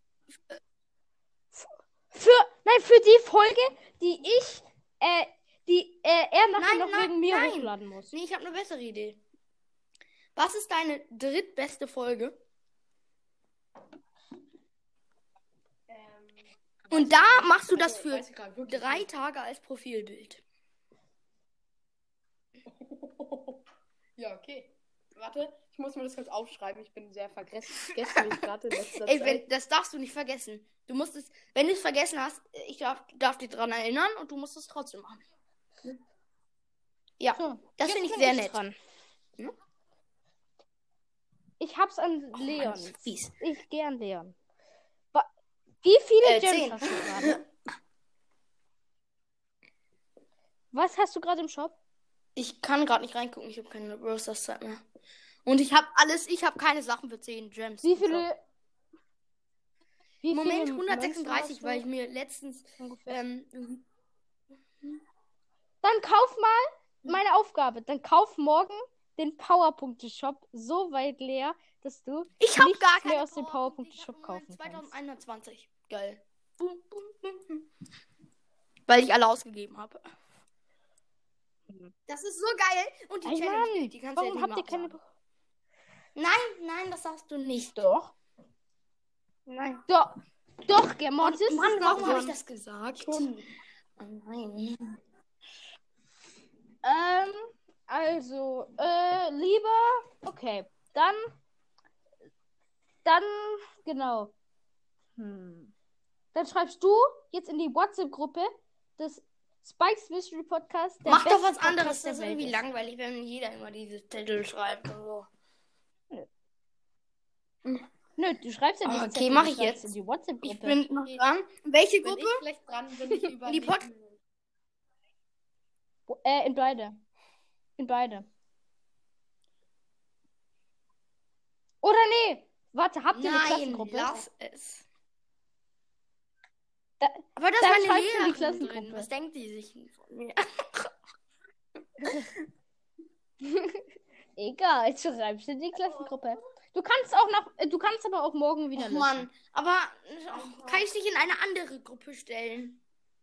Für, nein, für die Folge, die ich, äh, die äh, er nachher Nein, noch nein, wegen mir nein. hochladen muss. nee, ich habe eine bessere Idee. Was ist deine drittbeste Folge? Ähm, Und weiß da ich nicht. machst du das Also, für weiß ich grad wirklich drei nicht. Tage als Profilbild. Ja, okay. Warte, ich muss mir das kurz aufschreiben. Ich bin sehr vergessen. Vergessen mich gerade in letzter Ey, Zeit. wenn, das darfst du nicht vergessen. Du musst es, wenn du es vergessen hast, ich darf, darf dich daran erinnern und du musst es trotzdem machen. Ja, So, das jetzt finde ich bin sehr nett. dran. Hm? Ich hab's an Oh, Leon. Mann, ist fies. Ich gern Leon. Wa- Wie viele Äh, Gems zehn. hast du gerade? Was hast du gerade im Shop? Ich kann gerade nicht reingucken, ich habe keine Rosters Zeit mehr. Und ich habe alles, ich habe keine Sachen für zehn Gems. Wie im Shop. viele? Wie Im Moment viele hundertsechsunddreißig, Münzen weil hast ich mir letztens du ungefähr? ähm, irgendwie- Dann kauf mal meine Aufgabe. Dann kauf morgen den Powerpunkte-Shop so weit leer, dass du ich habe nichts gar keine mehr aus dem Powerpunkte. Powerpunkte-Shop Ich hab im Moment kaufen kannst. zweitausendeinundzwanzig. Geil. Bum, bum, bum, bum. Weil ich alle ausgegeben habe. Das ist so geil. Und die Ey, Challenge, Mann, die kannst du ja warum nicht habt mehr ihr keine... absagen. Nein, nein, das darfst du nicht. Doch. Nein. Doch. Doch, Mann, Germontis. Mann, warum habe ich Mann. das gesagt? Schon. Oh nein. Ähm, also, äh, lieber... Okay, dann... Dann, genau. Hm. Dann schreibst du jetzt in die WhatsApp-Gruppe des Spikes Mystery Podcast. der Mach doch beste was Podcast anderes. der Das ist Welt irgendwie ist. langweilig, wenn jeder immer diese Titel schreibt und so. Nö, du schreibst ja Ah, nicht okay, Zettel, mach du ich schreibst jetzt. in die WhatsApp-Gruppe. Ich bin noch dran. Welche Wenn Gruppe? ich schlecht dran bin, ich über die Pod- Wo- Äh, in beide. In beide. Oder nee, warte, habt ihr eine Nein, Klassengruppe? lass es. Da- Aber das ist dann meine schreibst du in die Lehrerin Klassengruppe. drin. Was denkt die sich von mir? Egal, jetzt schreibst du in die Klassengruppe. Du kannst auch noch, äh, du kannst aber auch morgen wieder Oh löschen. Mann, aber oh, kann ich dich in eine andere Gruppe stellen?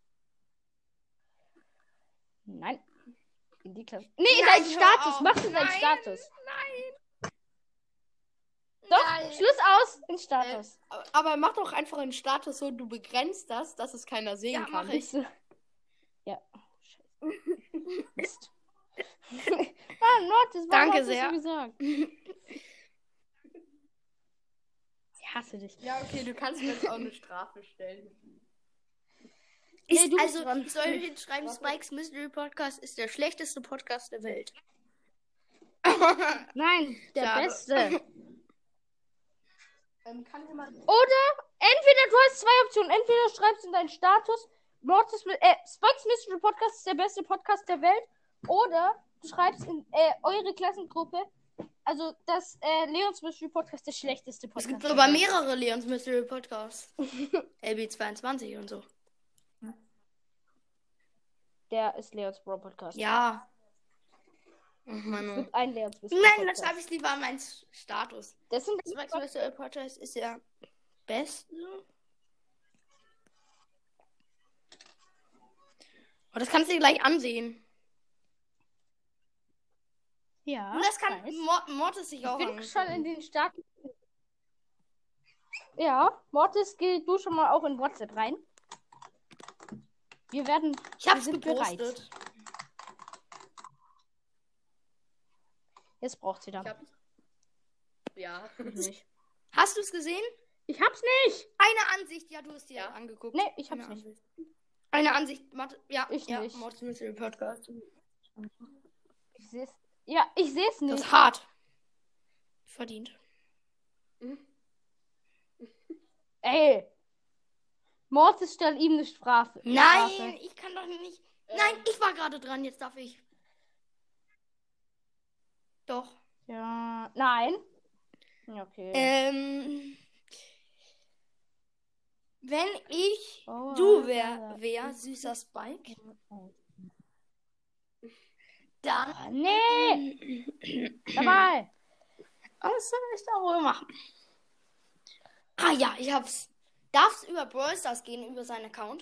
Nein. In die Klasse. Nee, in Nein, deinen hör Status. auf. Mach in deinen Nein, Status. Nein. Doch, Nein. Schluss aus. In Status. Äh, aber mach doch einfach einen Status so, du begrenzt das, dass es keiner sehen Ja, kann. mach ich. Ja. Mist. Ah, Mortis, warum Danke hast du sehr. so gesagt? Ich hasse dich. Ja, okay, du kannst mir jetzt auch eine Strafe stellen. Ist, Nee, du bist also, dran. ich soll hinschreiben, Spikes Mystery Podcast ist der schlechteste Podcast der Welt. Nein, der Schade. Beste. Ähm, kann jemand... Oder entweder du hast zwei Optionen. Entweder schreibst du in deinen Status, Mortis, äh, Spikes Mystery Podcast ist der beste Podcast der Welt. Oder du schreibst in äh, eure Klassengruppe, also dass äh, Leons Mystery Podcast der schlechteste Es Podcast gibt der sogar Welt. mehrere Leons Mystery Podcasts. L B zweiundzwanzig und so. Der ist Leons Bro Podcast. Ja. Ach, Es Mann. gibt einen Leons Mystery Nein, dann Podcast. schreibe ich lieber an meinen Status. Das sind Spikes Mystery Podcast ist der beste. Oh, das kannst du dir gleich ansehen. ja. Und das kann weiß. Mord, Mortis sich Ich auch bin angucken. schon in den Status. Ja, Mortis, geh du schon mal auch in WhatsApp rein. Wir werden. Ich hab's wir sind gepostet. bereit. Jetzt braucht sie da. Ich hab... Ja. Nicht. Hast du es gesehen? Ich hab's nicht. Eine Ansicht, ja, du hast dir Ja. angeguckt. Nee, ich hab's Eine nicht. Ansicht. Eine Ansicht, Mord, ja, Ich ja, nicht. Mortis Mystery Podcast. Ich seh's. Ja, ich seh's Das nicht. ist hart. Verdient. Ey. Mortis stellt ihm eine Strafe. Nein, Strafe. ich kann doch nicht. Nein, ich war gerade dran, jetzt darf ich. Doch. Ja. Nein. Ja, okay. Ähm. Wenn ich Oh, du ja, wär, ja. wär süßer Spike, dann. Ah, nee. Dabei. Was soll ich da wohl machen? Ah ja, ich hab's. Darf's über Brawl Stars gehen, über seinen Account?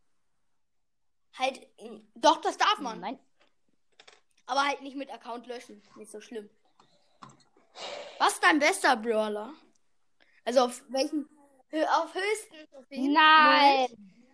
Halt, mm, doch, das darf man. Nein. Aber halt nicht mit Account löschen. Nicht so schlimm. Was ist dein bester Brawler? Also auf welchen? Hö- Auf höchsten Trophäen? Nein.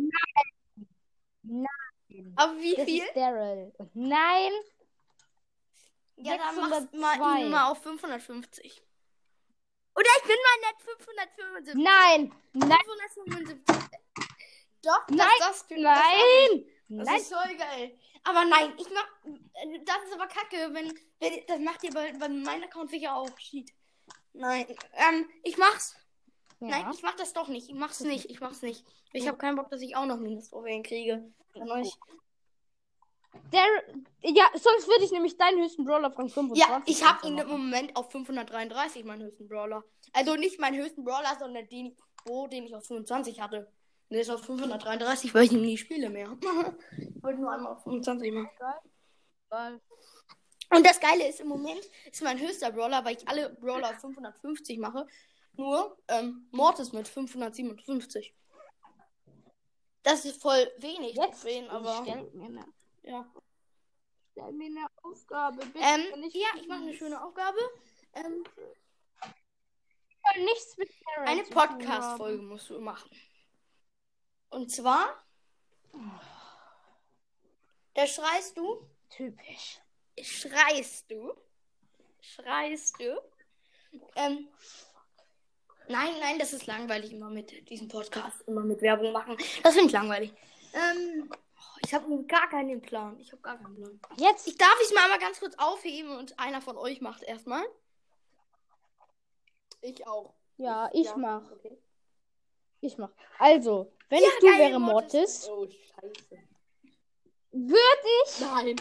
Moment. Aber wie Das viel? ist Daryl. Und nein. Ja, dann machst du sechshundertzwei. mal, ihn mal auf fünfhundertfünfzig. Oder ich bin mal nett fünfhundertfünfundsiebzig. Nein. Nein. fünfhundertfünfundsiebzig. Doch, das, Nein. das, das Nein. Das Nein. ist voll geil. Aber nein, ich mach. Das ist aber kacke, wenn. wenn das macht ihr bei, bei meinem Account sicher auch. Shit. Nein. Ähm, ich mach's. Nein, Ja. ich mach das doch nicht. Ich mach's nicht. Ich mach's nicht. Ich habe keinen Bock, dass ich auch noch Minus-Trophäen kriege. Von euch. Daryl. Ja, sonst würde ich nämlich deinen höchsten Brawler von fünfundzwanzig. Ja, ich habe ihn im machen. Moment auf fünfhundertdreiunddreißig, meinen höchsten Brawler. Also nicht meinen höchsten Brawler, sondern den, oh, den ich auf fünfundzwanzig hatte. Der ist auf fünfhundertdreiunddreißig, weil ich ihn nie spiele mehr. Ich wollte nur einmal auf fünfundzwanzig machen. Geil. Und das Geile ist, im Moment ist mein höchster Brawler, weil ich alle Brawler auf fünfhundertfünfzig mache, nur ähm, Mortis mit fünfhundertsiebenundfünfzig. Das ist voll wenig Jetzt Trophäen, aber stell mir eine, ja. stell mir eine Aufgabe, bitte. Ähm, nicht ja, ich mache eine schöne Aufgabe. Ähm, nichts mit Daryl eine zu tun Podcast-Folge musst du machen. Und zwar, da schreist du, haben. Typisch. schreist du, schreist du. Ähm, nein, nein, das ist langweilig, immer mit diesem Podcast, immer mit Werbung machen. Das finde ich langweilig. Ähm, ich habe gar keinen Plan. Ich habe gar keinen Plan. Jetzt. Ich darf ich mal einmal ganz kurz aufheben und einer von euch macht erstmal. Ich auch. Ja, ich Ja, mach. okay. Ich mach. Also, wenn Ja, ich du geil, wäre Mortis. Mortis, Oh, scheiße. würde ich Nein.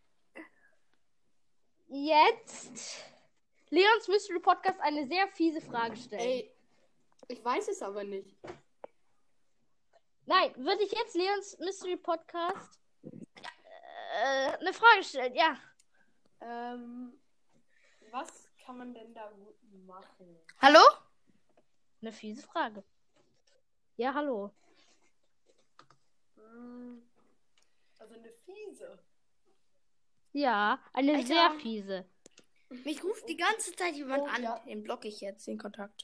jetzt Leons Mystery Podcast eine sehr fiese Frage stellen. Ey, ich weiß es aber nicht. Nein, würde ich jetzt Leons Mystery Podcast äh, eine Frage stellen, ja. Ähm, Was kann man denn da gut machen? Hallo? Eine fiese Frage. Ja, hallo. Hm, Also eine fiese. Ja, eine Alter. sehr fiese. Mich ruft die ganze Zeit jemand Oh, an. ja. Den blocke ich jetzt, den Kontakt.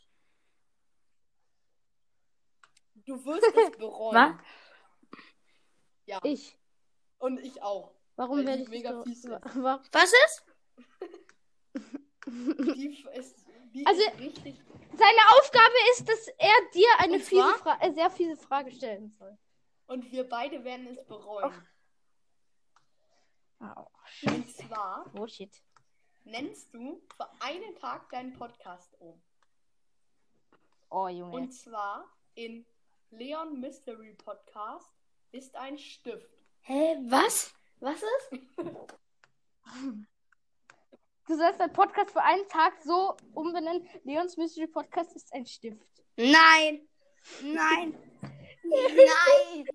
Du wirst es bereuen. Was? Ja. Ich. Und ich auch. Warum Weil werde die ich mega so, fies ist. wa- Was ist? Die ist, die Also- ist richtig. Seine Aufgabe ist, dass er dir eine Und fiese zwar? Fra äh, sehr fiese Frage stellen soll. Und wir beide werden es bereuen. Oh, Und zwar oh shit. nennst du für einen Tag deinen Podcast um. Oh, Junge. Und zwar in Leon Mystery Podcast ist ein Stift. Hä, was? Was ist? Du sollst deinen Podcast für einen Tag so umbenennen. Leons Mystery Podcast ist ein Stift. Nein. Nein. Nein.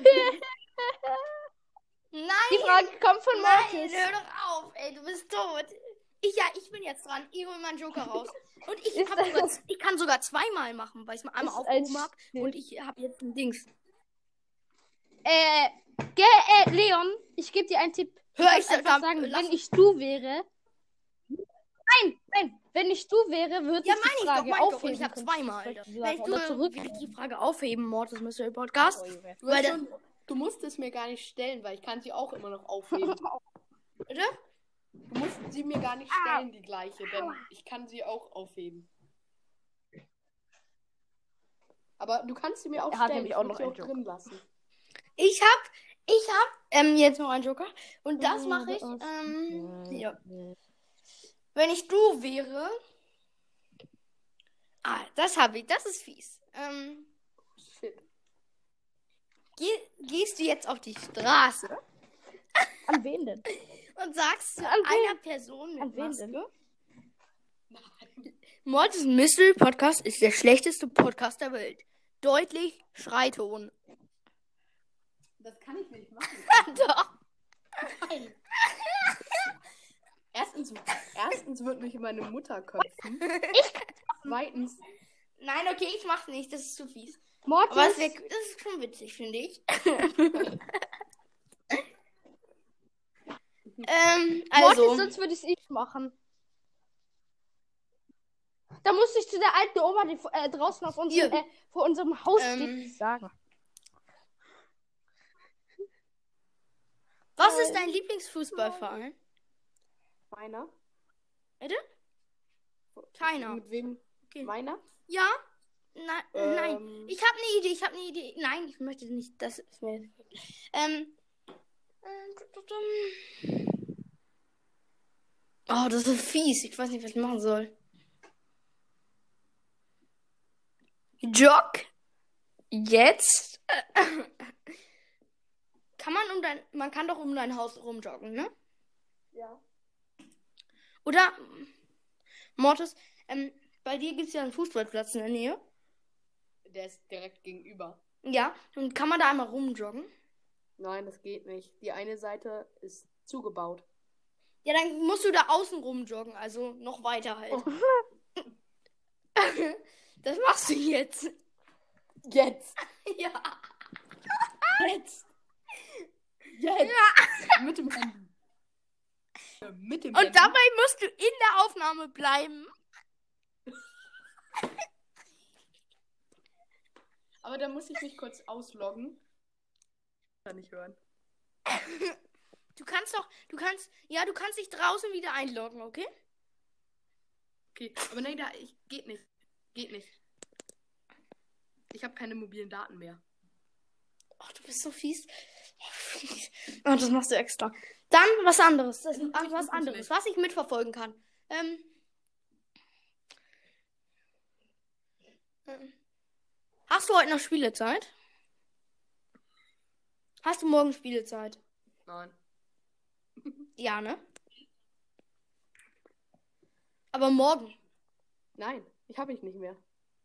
Nein. Die Frage kommt von Nein, Mortis. hör doch auf, ey, du bist tot. Ich, ja, ich bin jetzt dran. Ich hol meinen Joker raus. Und ich, Ist hab das- sogar, ich kann sogar zweimal machen, weil ich es mal einmal Ist ein aufgehoben habe. Stift. Und ich habe jetzt ein Dings. Äh, ge äh, Leon, ich gebe dir einen Tipp. Du Hör, kannst ich einfach sag- sagen, lass- wenn ich du wäre. Nein, nein, wenn ich du wäre, würde Ja, ich meine die ich doch, Frage meine ich doch. Und aufheben. ich habe können. zweimal. Vielleicht Alter. die Wenn ich Frage oder du zurück. will ich die Frage aufheben, Mortis Mystery Podcast. Oh, Junge. Du, Weil hast der- schon, du musst es mir gar nicht stellen, weil ich kann sie auch immer noch aufheben. Bitte? Du musst sie mir gar nicht stellen, die gleiche, denn ich kann sie auch aufheben. Aber du kannst sie mir auch Er hat stellen. nämlich Ich auch würd noch sie einen auch Joker. drin lassen. Ich hab, ich hab, ähm, jetzt noch einen Joker. Und das Oh, mache ich, das- ähm, ja. Wenn ich du wäre. Ah, das habe ich, das ist fies. Ähm, Shit. geh, gehst du jetzt auf die Straße An wen denn? und sagst zu An wen? einer Person mit An wen Maske, denn? Mortis Mystery Podcast ist der schlechteste Podcast der Welt. Deutlich Schreiton. Das kann ich nicht machen. Doch. Nein. Erstens, erstens wird mich meine Mutter köpfen. Zweitens, Nein, okay, ich mach's nicht, das ist zu fies. Mortis, Aber es wär, das ist schon witzig, finde ich. ähm, also. Mortis, sonst würde ich es ich machen. Da musste ich zu der alten Oma, die äh, draußen auf unserem, Hier. äh, vor unserem Haus Ähm. steht, sagen. Was ist dein Lieblingsfußballverein? meiner? Bitte? Keiner. Mit wem? Okay. Meiner? Ja? Nein, nein. Ähm, Ich habe eine Idee, ich habe eine Idee. Nein, ich möchte nicht, das ist mir... Ähm... ähm, Oh, das ist fies. Ich weiß nicht, was ich machen soll. Jog. Jetzt. Kann man um dein... Man kann doch um dein Haus rumjoggen, ne? ja. Oder, Mortis, ähm, bei dir gibt es ja einen Fußballplatz in der Nähe. Der ist direkt gegenüber. Ja, und kann man da einmal rumjoggen? Nein, das geht nicht. Die eine Seite ist zugebaut. Ja, dann musst du da außen rumjoggen, also noch weiter halt. Das machst du jetzt. Jetzt! Ja. Jetzt! Jetzt! Mit dem Handy. Äh, Mit dem Und Handy. dabei musst du in der Aufnahme bleiben. Aber da muss ich mich kurz ausloggen. Kann ich hören. Du kannst doch, du kannst, ja, du kannst dich draußen wieder einloggen, okay? Okay, aber nein, da, ich, geht nicht. Geht nicht. Ich habe keine mobilen Daten mehr. Ach, du bist so fies. Oh, das machst du extra. Dann was anderes. Das ist Ich was muss anderes, nicht. was ich mitverfolgen kann. Ähm, ähm, hast du heute noch Spielezeit? Hast du morgen Spielezeit? Nein. Ja, ne? Aber morgen. Nein, ich habe ich nicht mehr.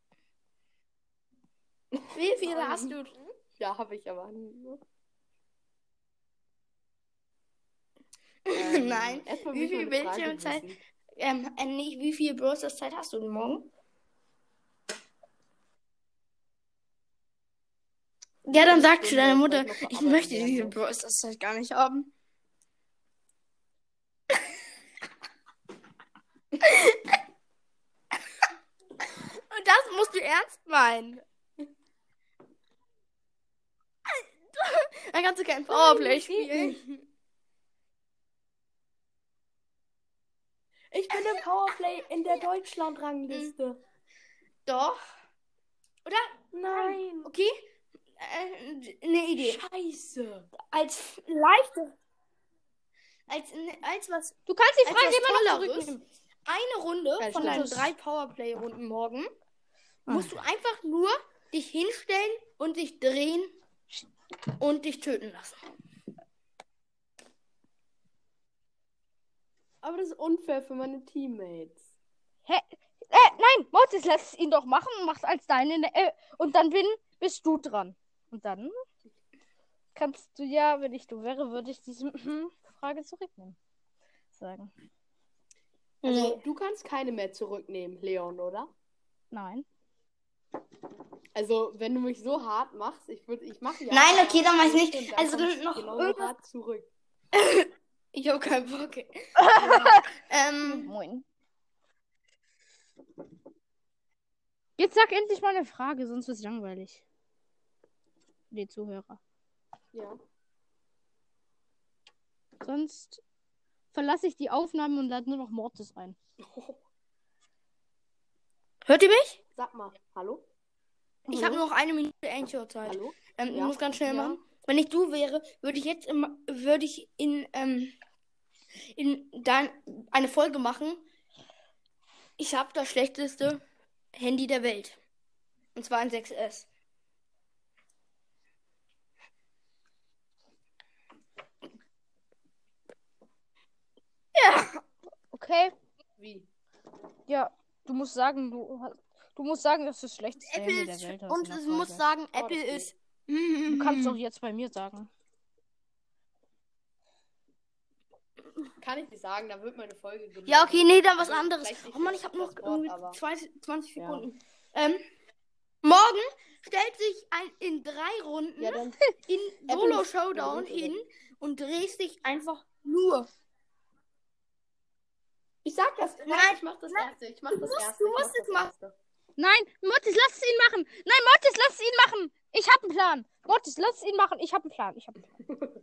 Wie viele Nein. hast du? Ja, habe ich aber. Nein. Erstmal Wie will ich viel meine Frage Bildschirmzeit? wissen. ähm, äh, nicht, wie viel Brawl Stars Zeit hast du denn morgen? Ja, dann Eine sag zu Stunde, deiner weil Mutter, ich noch ich bearbeiten möchte werden diese muss. Brawl Stars Zeit gar nicht haben. Und das musst du ernst meinen. Dann kannst du kein Powerplay spielen. Ich bin im Powerplay in der Deutschland-Rangliste. Doch. Oder? Nein. Okay. Äh, eine Idee. Scheiße. Als leichte. Als, als was. Du kannst die Als Frage was immer noch Tolleres. zurücknehmen. Eine Runde Als von deinen drittes. drei Powerplay-Runden morgen Ah. musst du einfach nur dich hinstellen und dich drehen und dich töten lassen. Aber das ist unfair für meine Teammates. Hä? Äh, nein, Mortis, lass ihn doch machen und mach's als deine. Äh, und dann bin, bist du dran. Und dann kannst du ja, wenn ich du wäre, würde ich diese Frage zurücknehmen. Sagen. Also, du kannst keine mehr zurücknehmen, Leon, oder? Nein. Also, wenn du mich so hart machst, ich würde, ich mache ja. Nein, okay, dann mach ich und nicht. dann Also komm ich noch genauso irgendwas. hart zurück. Ich hab keinen Bock. Ja. ähm, Moin. Jetzt sag endlich mal eine Frage, sonst wird's langweilig. Für die Zuhörer. Ja. Sonst verlasse ich die Aufnahme und lade nur noch Mortis ein. hört ihr mich? Sag mal, hallo? Ich habe nur noch eine Minute Anchor-Zeit. Hallo? Ähm, Ich Ja. muss ganz schnell Ja. machen. Wenn ich du wäre, würde ich jetzt immer, würde ich in, ähm, in dein, eine Folge machen. Ich habe das schlechteste Handy der Welt. Und zwar ein sechs S. Ja. Okay? Wie? Ja, du musst sagen, du hast, du musst sagen, dass du das schlechteste Apple Handy der ist, Welt hast. und in der ich muss Folge. sagen, Oh, Apple das ist. Du kannst doch jetzt bei mir sagen. Kann ich nicht sagen, da wird meine Folge gelöst. Ja, okay, nee, dann was Also, anderes. vielleicht nicht Oh Mann, das- ich habe noch das Wort, irgendwie aber- zwanzig, zwanzig Ja. Sekunden. Ähm, morgen stellt sich ein in drei Runden Ja, dann. in Apple Solo ist Showdown gewinnt, oder hin wie? und drehst dich einfach nur. Ich sag das. Nein, Nein, ich mach das nein, erste. Ich mach du das musst- erste. du ich musst mach es das machen. erste. Nein, Mortis, lass es ihn machen. Nein, Mortis, lass es ihn machen. Ich habe einen Plan. Mortis, lass es ihn machen. Ich habe einen Plan. Ich habe einen Plan.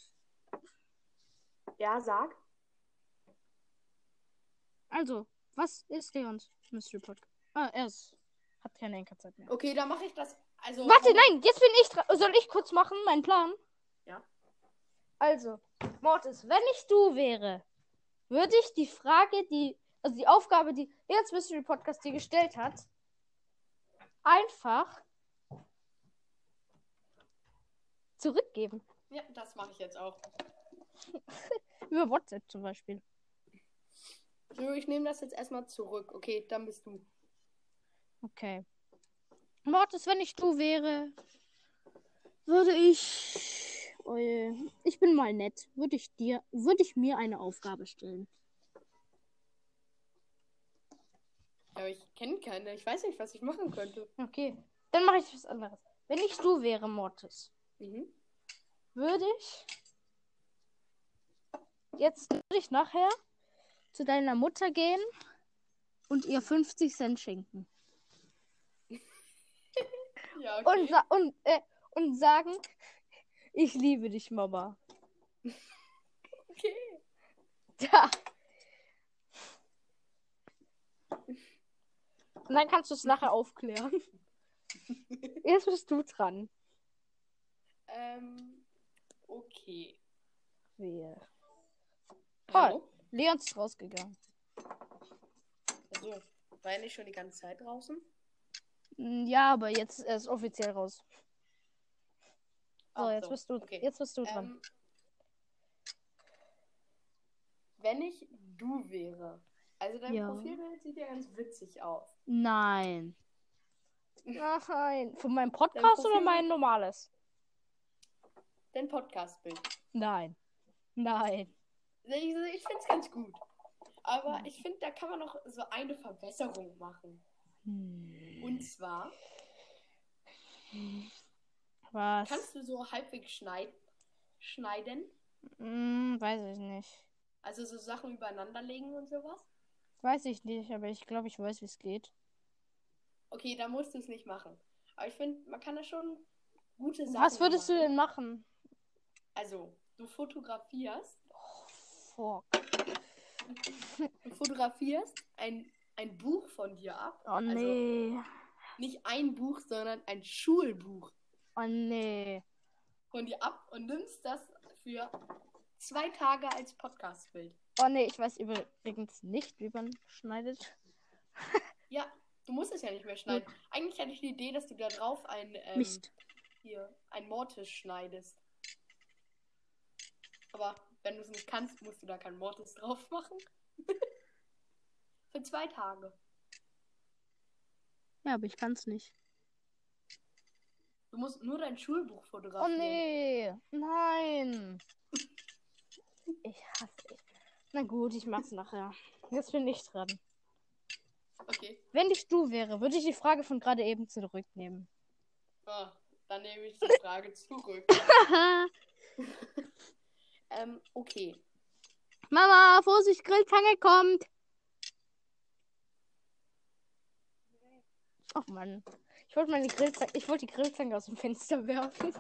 Ja, sag. Also, was ist Leons Mystery Podcast? Ah, er ist, hat keine Enkerzeit mehr. Okay, dann mache ich das. Also. Warte, nein, jetzt bin ich dran. Soll ich kurz machen, meinen Plan? Ja. Also, Mortis, wenn ich du wäre, würde ich die Frage, die, also die Aufgabe, die Leons Mystery Podcast dir gestellt hat, einfach zurückgeben. Ja, das mache ich jetzt auch. Über WhatsApp zum Beispiel. So, ich nehme das jetzt erstmal zurück. Okay, dann bist du. Okay. Mortis, wenn ich du wäre, würde ich. Oh je, ich bin mal nett. Würde ich dir. Würde ich mir eine Aufgabe stellen. Aber ich kenne keine. Ich weiß nicht, was ich machen könnte. Okay. Dann mache ich was anderes. Wenn ich du wäre, Mortis, Mhm. würde ich. Jetzt würde ich nachher zu deiner Mutter gehen und ihr fünfzig Cent schenken. Ja, Und, okay. sa und, äh, und sagen, ich liebe dich, Mama. Okay. Ja. Und dann kannst du es nachher aufklären. Jetzt bist du dran. Ähm. Okay. Wehe. Hallo? Leons ist rausgegangen. Also, war er nicht schon die ganze Zeit draußen? Mm, Ja, aber jetzt ist er ist offiziell raus. So, Ach jetzt so, bist du, okay. jetzt bist du dran. Ähm, wenn ich du wäre. Also dein Ja. Profilbild sieht ja ganz witzig aus. Nein. Nein. Von meinem Podcast oder Profil- mein normales? Dein Podcast-Bild. Nein. Nein. Ich, ich finde es ganz gut. Aber ich finde, da kann man noch so eine Verbesserung machen. Hm. Und zwar, Was? kannst du so halbwegs schneiden? Schneiden? Hm, weiß ich nicht. Also so Sachen übereinander legen und sowas? Weiß ich nicht, aber ich glaube, ich weiß, wie es geht. Okay, da musst du es nicht machen. Aber ich finde, man kann da schon gute Sachen Was würdest du machen. denn machen? Also, du fotografierst, Fuck. du fotografierst ein, ein Buch von dir ab. Oh nee. Also nicht ein Buch, sondern ein Schulbuch Oh nee. von dir ab und nimmst das für zwei Tage als Podcastbild. Oh nee, ich weiß übrigens nicht, wie man schneidet. Ja, du musst es ja nicht mehr schneiden. Eigentlich hatte ich die Idee, dass du da drauf ein, ähm, Mist. hier, ein Mortis schneidest. Aber wenn du es nicht kannst, musst du da kein Mortis drauf machen. Für zwei Tage. Ja, aber ich kann's nicht. Du musst nur dein Schulbuch Oh fotografieren. nee. Nein. Ich hasse dich. Na gut, ich mach's nachher. Jetzt bin ich dran. Okay. Wenn ich du wäre, würde ich die Frage von gerade eben zurücknehmen. Ah, dann nehme ich die Frage zurück. ähm, okay. Mama, Vorsicht, Grillzange kommt. Oh Mann. Ich wollte meine Grillzange, ich wollte die Grillzange aus dem Fenster werfen.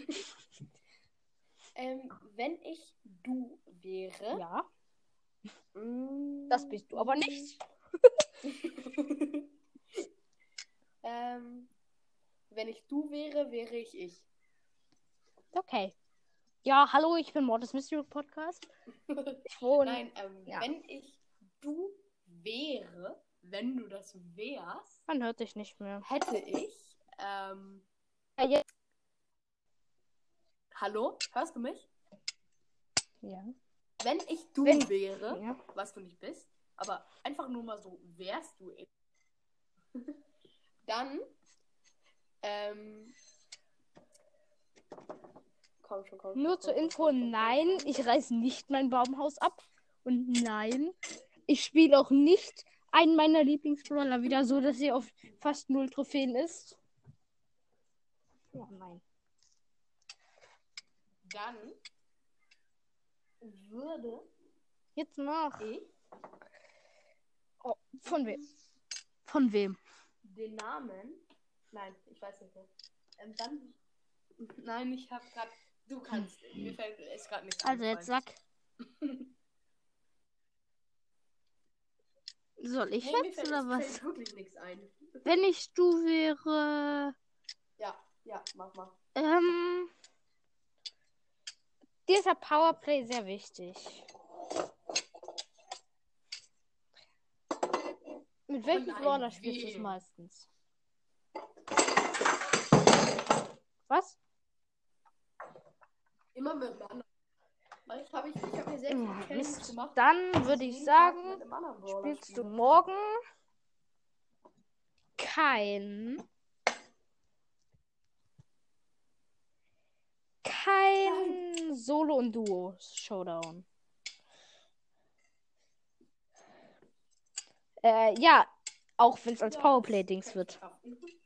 Ähm, wenn ich du wäre. Ja, mm, das bist du aber nicht. ähm, wenn ich du wäre, wäre ich ich. Okay. Ja, hallo, ich bin Mortis Mystery Podcast. Ich wohne. Nein, ähm, Ja. wenn ich du wäre, wenn du das wärst, Man hört dich nicht mehr. hätte ich, ähm, Ja, jetzt. hallo, hörst du mich? Ja. Wenn ich du Wenn- wäre, ja. was du nicht bist, aber einfach nur mal so, wärst du ich, dann, ähm, komm schon, komm schon. Nur komm zur schon, Info, komm schon, komm nein, schon. ich reiß nicht mein Baumhaus ab. Und nein, ich spiele auch nicht einen meiner Lieblingsbrawler wieder so, dass sie auf fast null Trophäen ist. Ja, nein. Dann würde Jetzt noch. ich Oh, von wem? Von wem? den Namen, nein, ich weiß nicht mehr, ähm, dann, nein, ich habe gerade, du kannst, mir fällt es gerade nicht Also jetzt sag. Soll ich Nee, mir jetzt fällt, oder es was? fällt wirklich nichts ein. Wenn ich du wäre. Ja, ja, mach mal. Ähm. Dir ist ja Powerplay sehr wichtig. Mit welchem nein, Brawler spielst du es wem? meistens? Was? Immer mit einem anderen. Weil ich habe ich, ich hab mir sehr Oh, viele Challenges Mist. gemacht. Dann dass würde ich jeden Tag sagen, mit einem anderen Brawler spielst du spiele. morgen kein kein Solo- und Duo-Showdown. Äh, ja, auch wenn es als Ja, Powerplay-Dings das wird. kann ich schaffen.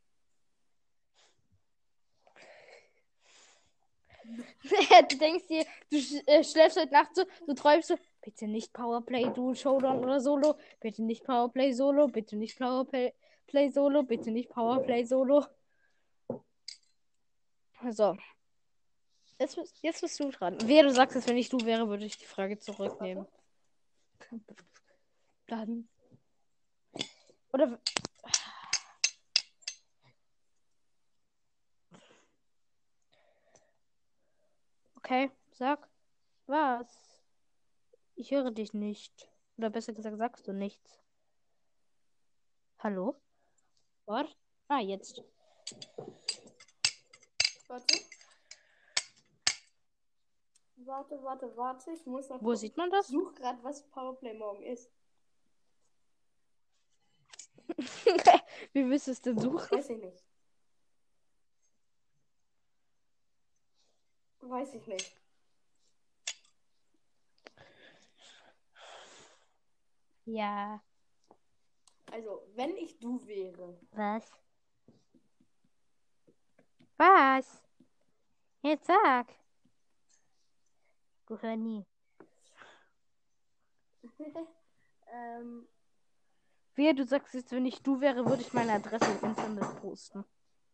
Du denkst dir, du sch äh, schläfst heute Nacht so, du träumst so, bitte nicht Powerplay, Duo, Showdown oder Solo, bitte nicht Powerplay, Solo, bitte nicht Powerplay, Play, Solo, bitte nicht Powerplay, Solo. So. Jetzt, bist- jetzt bist du dran. Wer du sagst, dass wenn ich du wäre, würde ich die Frage zurücknehmen. Dann. Oder. Okay, sag. Was? Ich höre dich nicht. Oder besser gesagt, sagst du nichts. Hallo? Warte. Ah, jetzt. Warte. Warte, warte, warte. Ich muss noch. Wo sieht man das? Ich suche gerade, was Powerplay morgen ist. Wie willst du es denn suchen? Weiß ich nicht. Weiß ich nicht. Ja. Also, wenn ich du wäre. Was? Was? Jetzt sag. Gehör nie. ähm, Wehe, du sagst jetzt, wenn ich du wäre, würde ich meine Adresse im Internet posten.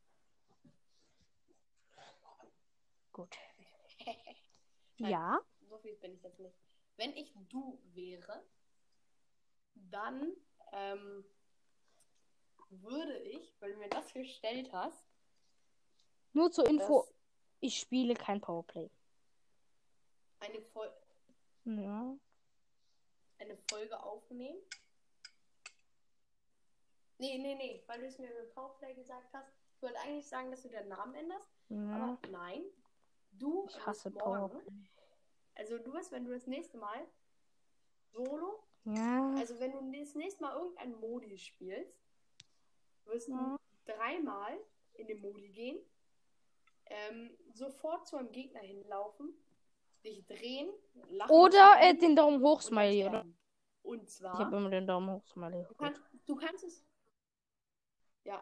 Gut. Nein. Ja? So viel bin ich jetzt nicht. Wenn ich du wäre, dann ähm, würde ich, weil du mir das gestellt hast, Nur zur Info, das ich spiele kein Powerplay. eine, Fol Ja. eine Folge aufnehmen. Nee, nee, nee, weil du es mir mit Powerplay gesagt hast. Ich wollte eigentlich sagen, dass du deinen Namen änderst, ja. aber nein. Du Ich hasse wirst morgen, Powerplay. also du wirst, wenn du das nächste Mal Solo, Ja. also wenn du das nächste Mal irgendein Modi spielst, wirst Ja. du dreimal in den Modi gehen, ähm, sofort zu einem Gegner hinlaufen, dich drehen, lachen Oder äh, müssen den Daumen hoch und dann Smiley, oder? sterben. Und Ich zwar, habe immer den Daumen hoch Smiley. du, kann, du kannst es, ja,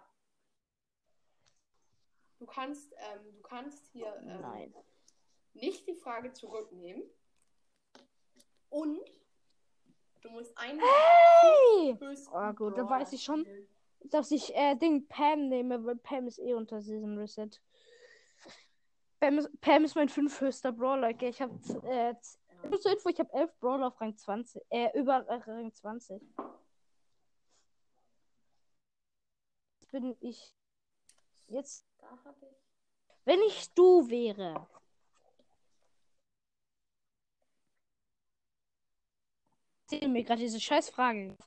du kannst, ähm, du kannst hier ähm, Nein. nicht die Frage zurücknehmen und du musst einen Hey! höchsten Oh gut, da Brawler weiß ich schon, spielen. dass ich äh, Ding Pam nehme, weil Pam ist eh unter Season Reset. Pam ist, Pam ist mein fünf höchster Brawler. Okay, ich habe äh, nur zur Info, ich habe elf Brawler auf Rang zwanzig. Äh, über äh, Rang zwanzig. Jetzt bin ich jetzt, Da hatte ich. wenn ich du wäre. Ich sehe mir gerade diese scheiß Frage.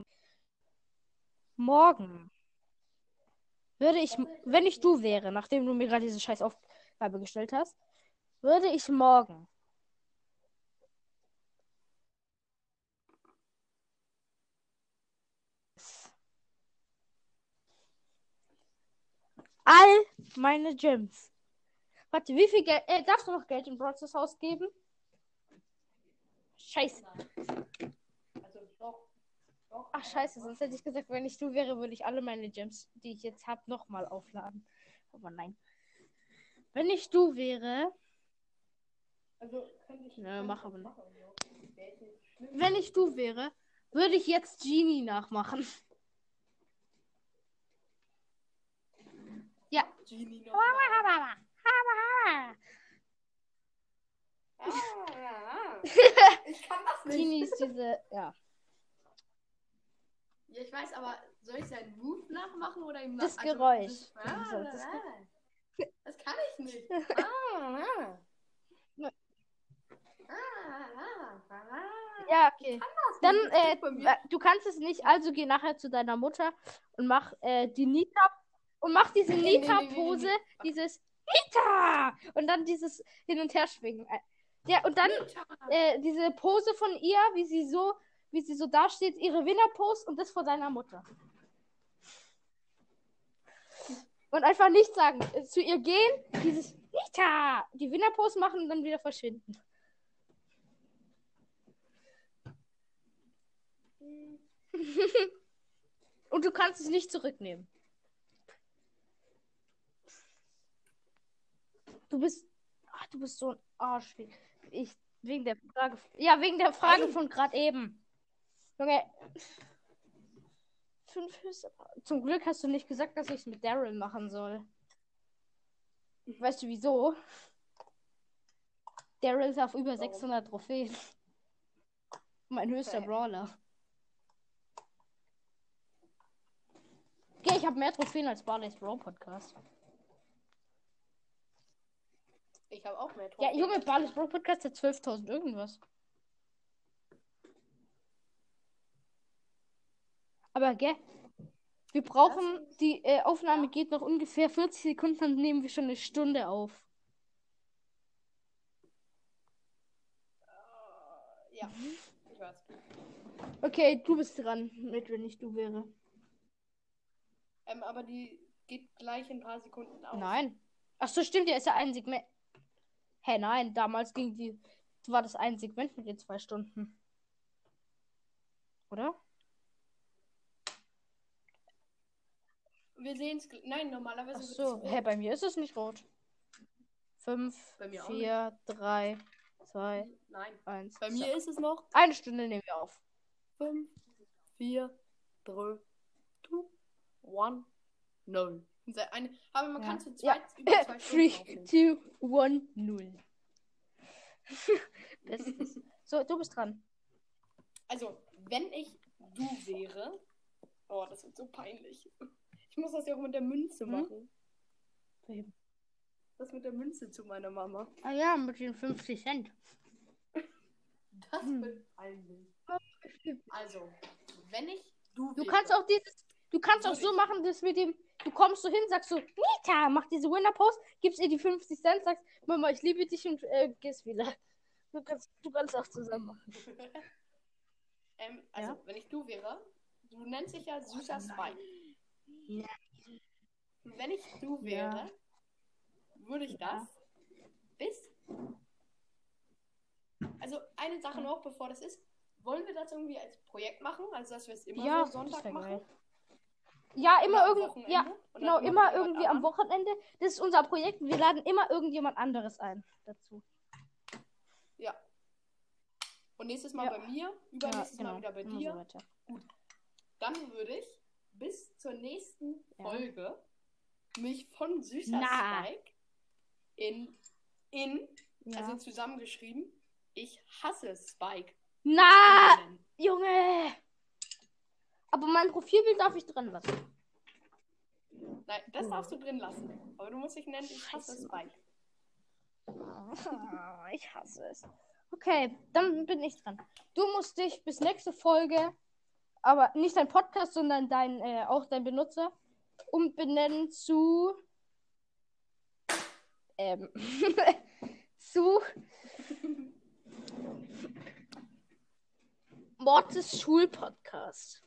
Morgen würde ich, wenn ich du wäre, nachdem du mir gerade diese scheiß Aufgabe gestellt hast, würde ich morgen all meine Gems. Warte, wie viel Geld? Äh, darfst du noch Geld in Brawlers Haus geben? Scheiße. Also doch, doch. Ach scheiße, sonst hätte ich gesagt, wenn ich du wäre, würde ich alle meine Gems, die ich jetzt habe, nochmal aufladen. Aber nein. Wenn ich du wäre. Also könnte ich. Nö, mach aber nicht. Machen, so. Wäre jetzt nicht schlimm. Wenn ich du wäre, würde ich jetzt Genie nachmachen. Ja. Genie noch mal. Ah, ich kann das nicht. Genie ist diese, ja. Ja, ich weiß, aber soll ich seinen Move nachmachen oder ihm Das also, Geräusch. Das, ah, Du sollst das ah, das kann ich nicht. Ah, ah. Ah, ah, ah. Ja, okay. Das Dann, nicht, das äh, liegt bei mir. du kannst es nicht, also geh nachher zu deiner Mutter und mach äh, die Nita und mach diese Nee, nee, nee, nee, Nita-Pose, nee, nee. dieses Nita und dann dieses Hin- und Herschwingen. Äh, Ja, und dann Nita. äh, diese Pose von ihr, wie sie so, wie sie so dasteht, ihre Winner-Pose und das vor deiner Mutter. Und einfach nicht sagen, äh, zu ihr gehen, dieses Nita, die Winner-Pose machen und dann wieder verschwinden. Und du kannst es nicht zurücknehmen. Du bist. Ach, du bist so ein Arsch. Ich, wegen der Frage. Ja, wegen der Frage Nein. von gerade eben. Junge. Fünf Höchste. Zum Glück hast du nicht gesagt, dass ich es mit Daryl machen soll. Weißt du wieso? Daryl ist auf über Warum? sechshundert Trophäen. Mein höchster Okay. Brawler. Okay, ich habe mehr Trophäen als Barley's Brawl Podcast. Ich habe auch mehr Ja, Trophäen. Junge, Barley's Brawl Podcast hat zwölftausend irgendwas. Aber, gell? Wir brauchen, Das die äh, Aufnahme Ja. geht noch ungefähr vierzig Sekunden, dann nehmen wir schon eine Stunde auf. Äh, ja, ich weiß. Okay, du bist dran, mit wenn ich du wäre. Ähm, aber die geht gleich in ein paar Sekunden aus. Nein. Ach so, stimmt, ja, ist ja ein Segment. Hä, nein, damals ging die, war das ein Segment mit den zwei Stunden. Oder? Wir sehen es. Nein, normalerweise Ach wird es so. rot. Hä, bei mir ist es nicht rot. Fünf, Bei mir auch vier, drei, zwei, Nein. eins. Bei mir ist es noch Eine Stunde nehmen wir auf. fünf, vier, drei, zwei, eins, null. Eine, aber man Ja. kann zu Ja. zweit über zwei Stunden drei, aufnehmen. zwei, eins, null. Bestes. So, du bist dran. Also, wenn ich du wäre. Oh, das wird so peinlich. Ich muss das ja auch mit der Münze Hm? machen. Wem? Das mit der Münze zu meiner Mama. Ah ja, mit den fünfzig Cent. Das Hm. wird peinlich. Also, wenn ich du Du wäre. kannst auch dieses, du kannst auch so machen, dass mit dem, du kommst so hin, sagst so, Nita, mach diese Winner-Post, gibst ihr die fünfzig Cent, sagst, Mama, ich liebe dich und äh, gehst wieder. Du kannst, du kannst auch zusammen machen. ähm, also, Ja? wenn ich du wäre, du nennst dich ja süßer Spike. Ja. Wenn ich du Ja. wäre, würde ich Ja. das bis. Also, eine Sache noch, bevor das ist. Wollen wir das irgendwie als Projekt machen? Also, dass wir es immer Ja, so Sonntag das wär machen? geil. Ja, immer Oder am irgendwie, Wochenende? ja, Und dann genau, machen immer wir was irgendwie am anderes? Wochenende. Das ist unser Projekt. Wir laden immer irgendjemand anderes ein dazu. Ja. Und nächstes Mal Ja. bei mir, Ja, übernächstes genau. Mal wieder bei Immer dir. so weiter. Dann würde ich bis zur nächsten Ja. Folge mich von süßer Na. Spike in, in, Ja. also zusammengeschrieben, ich hasse Spike. Na, umbenennen. Junge! Aber mein Profilbild darf ich drin lassen. Nein, das darfst du drin lassen. Aber du musst dich nennen, ich hasse Scheiße. Spike. Ah, ich hasse es. Okay, dann bin ich dran. Du musst dich bis nächste Folge, aber nicht dein Podcast, sondern dein, äh, auch dein Benutzer, umbenennen zu ähm, zu Mortis Schulpodcast.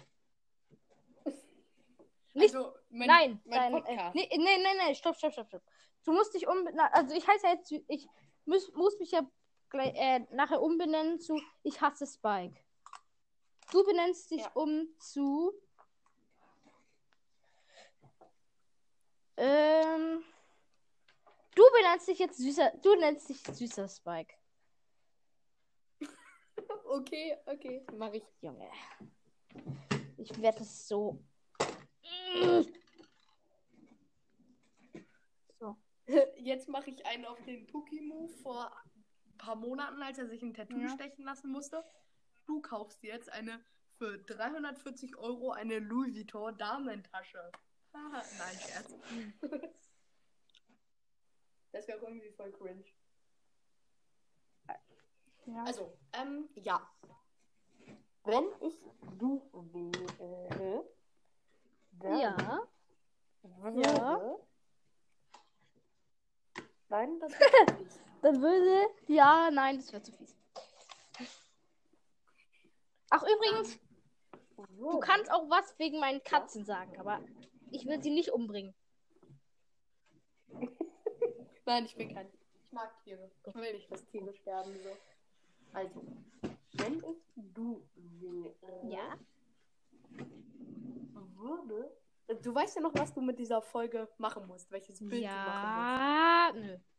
Nicht- Also, mein, Nein, mein dein, äh, Podcast. nee, nee, nee, nee, stopp, stopp, stopp, stopp. Du musst dich umbenennen, also ich heiße jetzt, ich muss, muss mich ja gleich, äh, nachher umbenennen zu Ich hasse Spike. Du benennst dich Ja. um zu ähm, du benennst dich jetzt süßer, du nennst dich süßer Spike. Okay, okay, mach ich. Junge. Ich werde es so. So. Jetzt mache ich einen auf den Puki-Move vor ein paar Monaten, als er sich ein Tattoo Ja. stechen lassen musste. Du kaufst dir jetzt eine für dreihundertvierzig Euro eine Louis Vuitton Damentasche. Haha, nein, Scherz. Das wäre irgendwie voll cringe. Ja. Also, ähm, ja. Wenn ich du wäre, dann ja. würde... Ja. Nein, das wird nicht. Dann würde. Ja, nein, das wäre zu fies. Ach, übrigens, du kannst auch was wegen meinen Katzen sagen, aber ich will sie nicht umbringen. Nein, ich bin kein. Ich mag Tiere. Ich will nicht, dass Tiere sterben. So. Also, wenn ich du wäre, Ja. würde. Du weißt ja noch, was du mit dieser Folge machen musst, welches Bild du machen Ja. Nö. musst.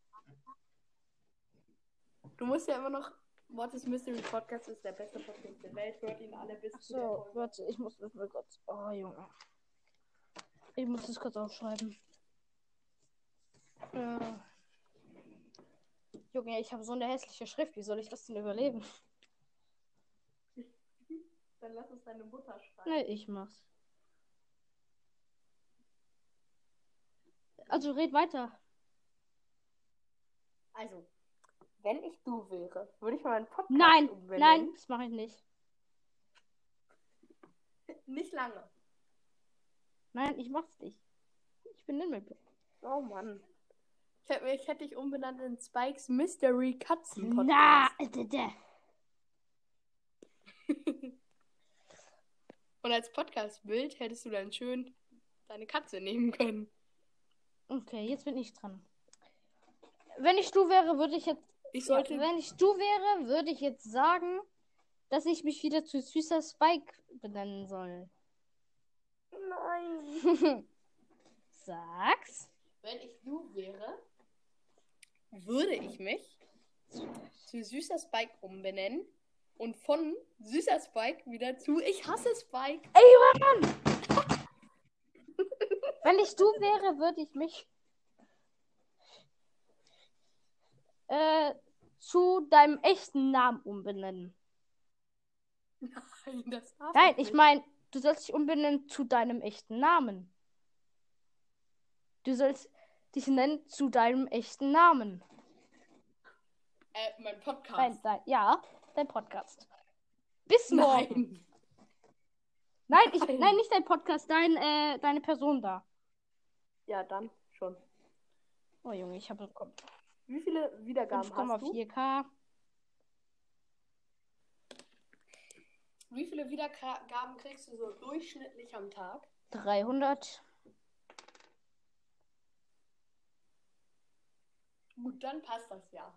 Du musst ja immer noch. Mortis Mystery Podcast ist der beste Podcast der Welt. Hört ihn alle bis Ach zu der so, Folge. warte, ich muss das mal kurz. Oh, Junge. Ich muss das kurz aufschreiben. Äh. Junge, ich habe so eine hässliche Schrift. Wie soll ich das denn überleben? Dann lass uns deine Mutter schreiben. Ne, ich mach's. Also red weiter. Also, wenn ich du wäre, würde ich mal einen Podcast Nein, umbenennen. nein, das mache ich nicht. Nicht lange. Nein, ich mach's nicht. Ich bin nicht. Oh Mann. Ich hätte ich hätte dich umbenannt in Spikes Mystery Katzen Podcast. Na, d- d- Und als Podcast-Bild hättest du dann schön deine Katze nehmen können. Okay, jetzt bin ich dran. Wenn ich du wäre, würde ich jetzt. Ich sollte. Ja, wenn ich du wäre, würde ich jetzt sagen, dass ich mich wieder zu süßer Spike benennen soll? Nein. Sag's. Wenn ich du wäre, würde ich mich zu süßer Spike umbenennen und von süßer Spike wieder zu ich hasse Spike. Ey, Mann! Wenn ich du wäre, würde ich mich äh, zu deinem echten Namen umbenennen. Nein, das darf Nein, ich ich meine, du sollst dich umbenennen zu deinem echten Namen. Du sollst dich nennen zu deinem echten Namen. Äh, mein Podcast. Dein, dein, ja, dein Podcast. Bis morgen. Nein. Nein, ich, Nein. nein, nicht dein Podcast, dein, äh, deine Person da. Ja, dann schon. Oh Junge, ich habe bekommen. Wie viele Wiedergaben fünf Komma hast du? vier K. Wie viele Wiedergaben kriegst du so durchschnittlich am Tag? dreihundert. Gut, dann passt das ja.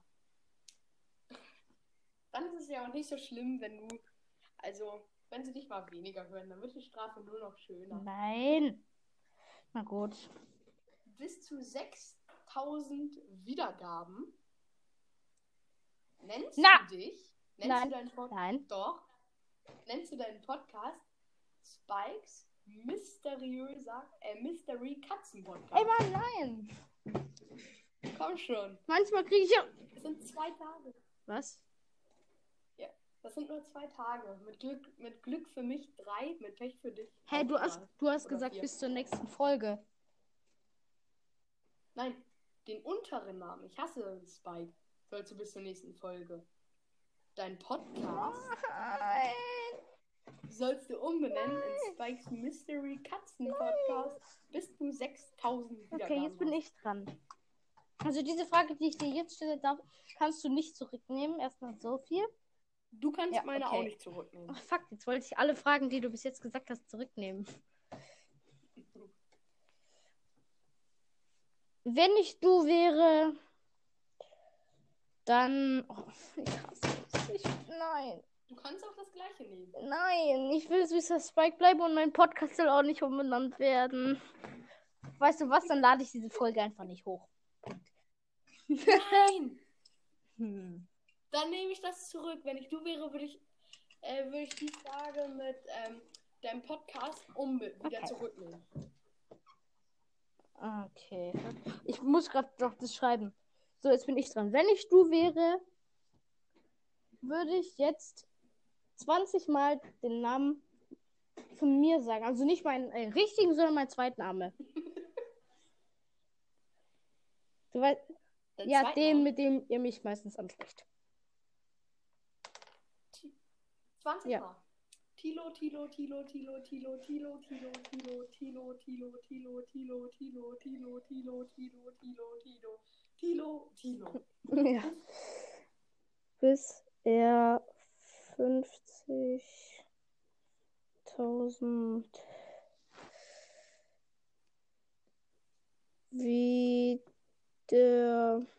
Dann ist es ja auch nicht so schlimm, wenn du, also, wenn sie dich mal weniger hören, dann wird die Strafe nur noch schöner. Nein. Na gut. Bis zu sechstausend Wiedergaben. Nennst Na. du dich? Nennst Nein. du deinen Podcast? Nein. Doch. Nennst du deinen Podcast Spikes mysteriöser, äh, Mystery Katzen Podcast? Ey, Mann, nein. Komm schon. Manchmal kriege ich ja. Das sind zwei Tage. Was? Das sind nur zwei Tage. Mit Glück, mit Glück für mich drei, mit Pech für dich. Hey, auch du hast, drei. du hast Oder gesagt, vier. bis zur nächsten Folge. Nein, den unteren Namen. Ich hasse Spike. Sollst du bis zur nächsten Folge. Dein Podcast Nein. sollst du umbenennen in Spikes Mystery Katzen Podcast, bis du sechstausend Wiedergaben Okay, jetzt bin hast. ich dran. Also diese Frage, die ich dir jetzt stelle, darf, kannst du nicht zurücknehmen. Erstmal so viel. Du kannst Ja, meine okay. auch nicht zurücknehmen. Ach, fuck, jetzt wollte ich alle Fragen, die du bis jetzt gesagt hast, zurücknehmen. Wenn ich du wäre, dann... Oh, ich hasse es. Ich, nein, Du kannst auch das gleiche nehmen. nein, ich will süßer Spike bleiben und mein Podcast soll auch nicht umbenannt werden. Weißt du was, dann lade ich diese Folge einfach nicht hoch. Nein! Hm. Dann nehme ich das zurück. Wenn ich du wäre, würde ich, äh, würde ich die Frage mit ähm, deinem Podcast um wieder Okay. zurücknehmen. Okay. Ich muss gerade doch das schreiben. So, jetzt bin ich dran. Wenn ich du wäre, würde ich jetzt zwanzig Mal den Namen von mir sagen. Also nicht meinen äh, richtigen, sondern meinen zweiten Namen. Du weißt, Dein ja, zweiter den, Name? mit dem ihr mich meistens anspricht. zwanzig Ja. Mal. Tilo, Tilo, Tilo, Tilo, Tilo, Tilo, Tilo, Tilo, Tilo, Tilo, Tilo, Tilo, Tilo, Tilo, Tilo, Tilo, Tilo, Tilo, Tilo, Tilo. Ja. Bis er fünfzigtausend wieder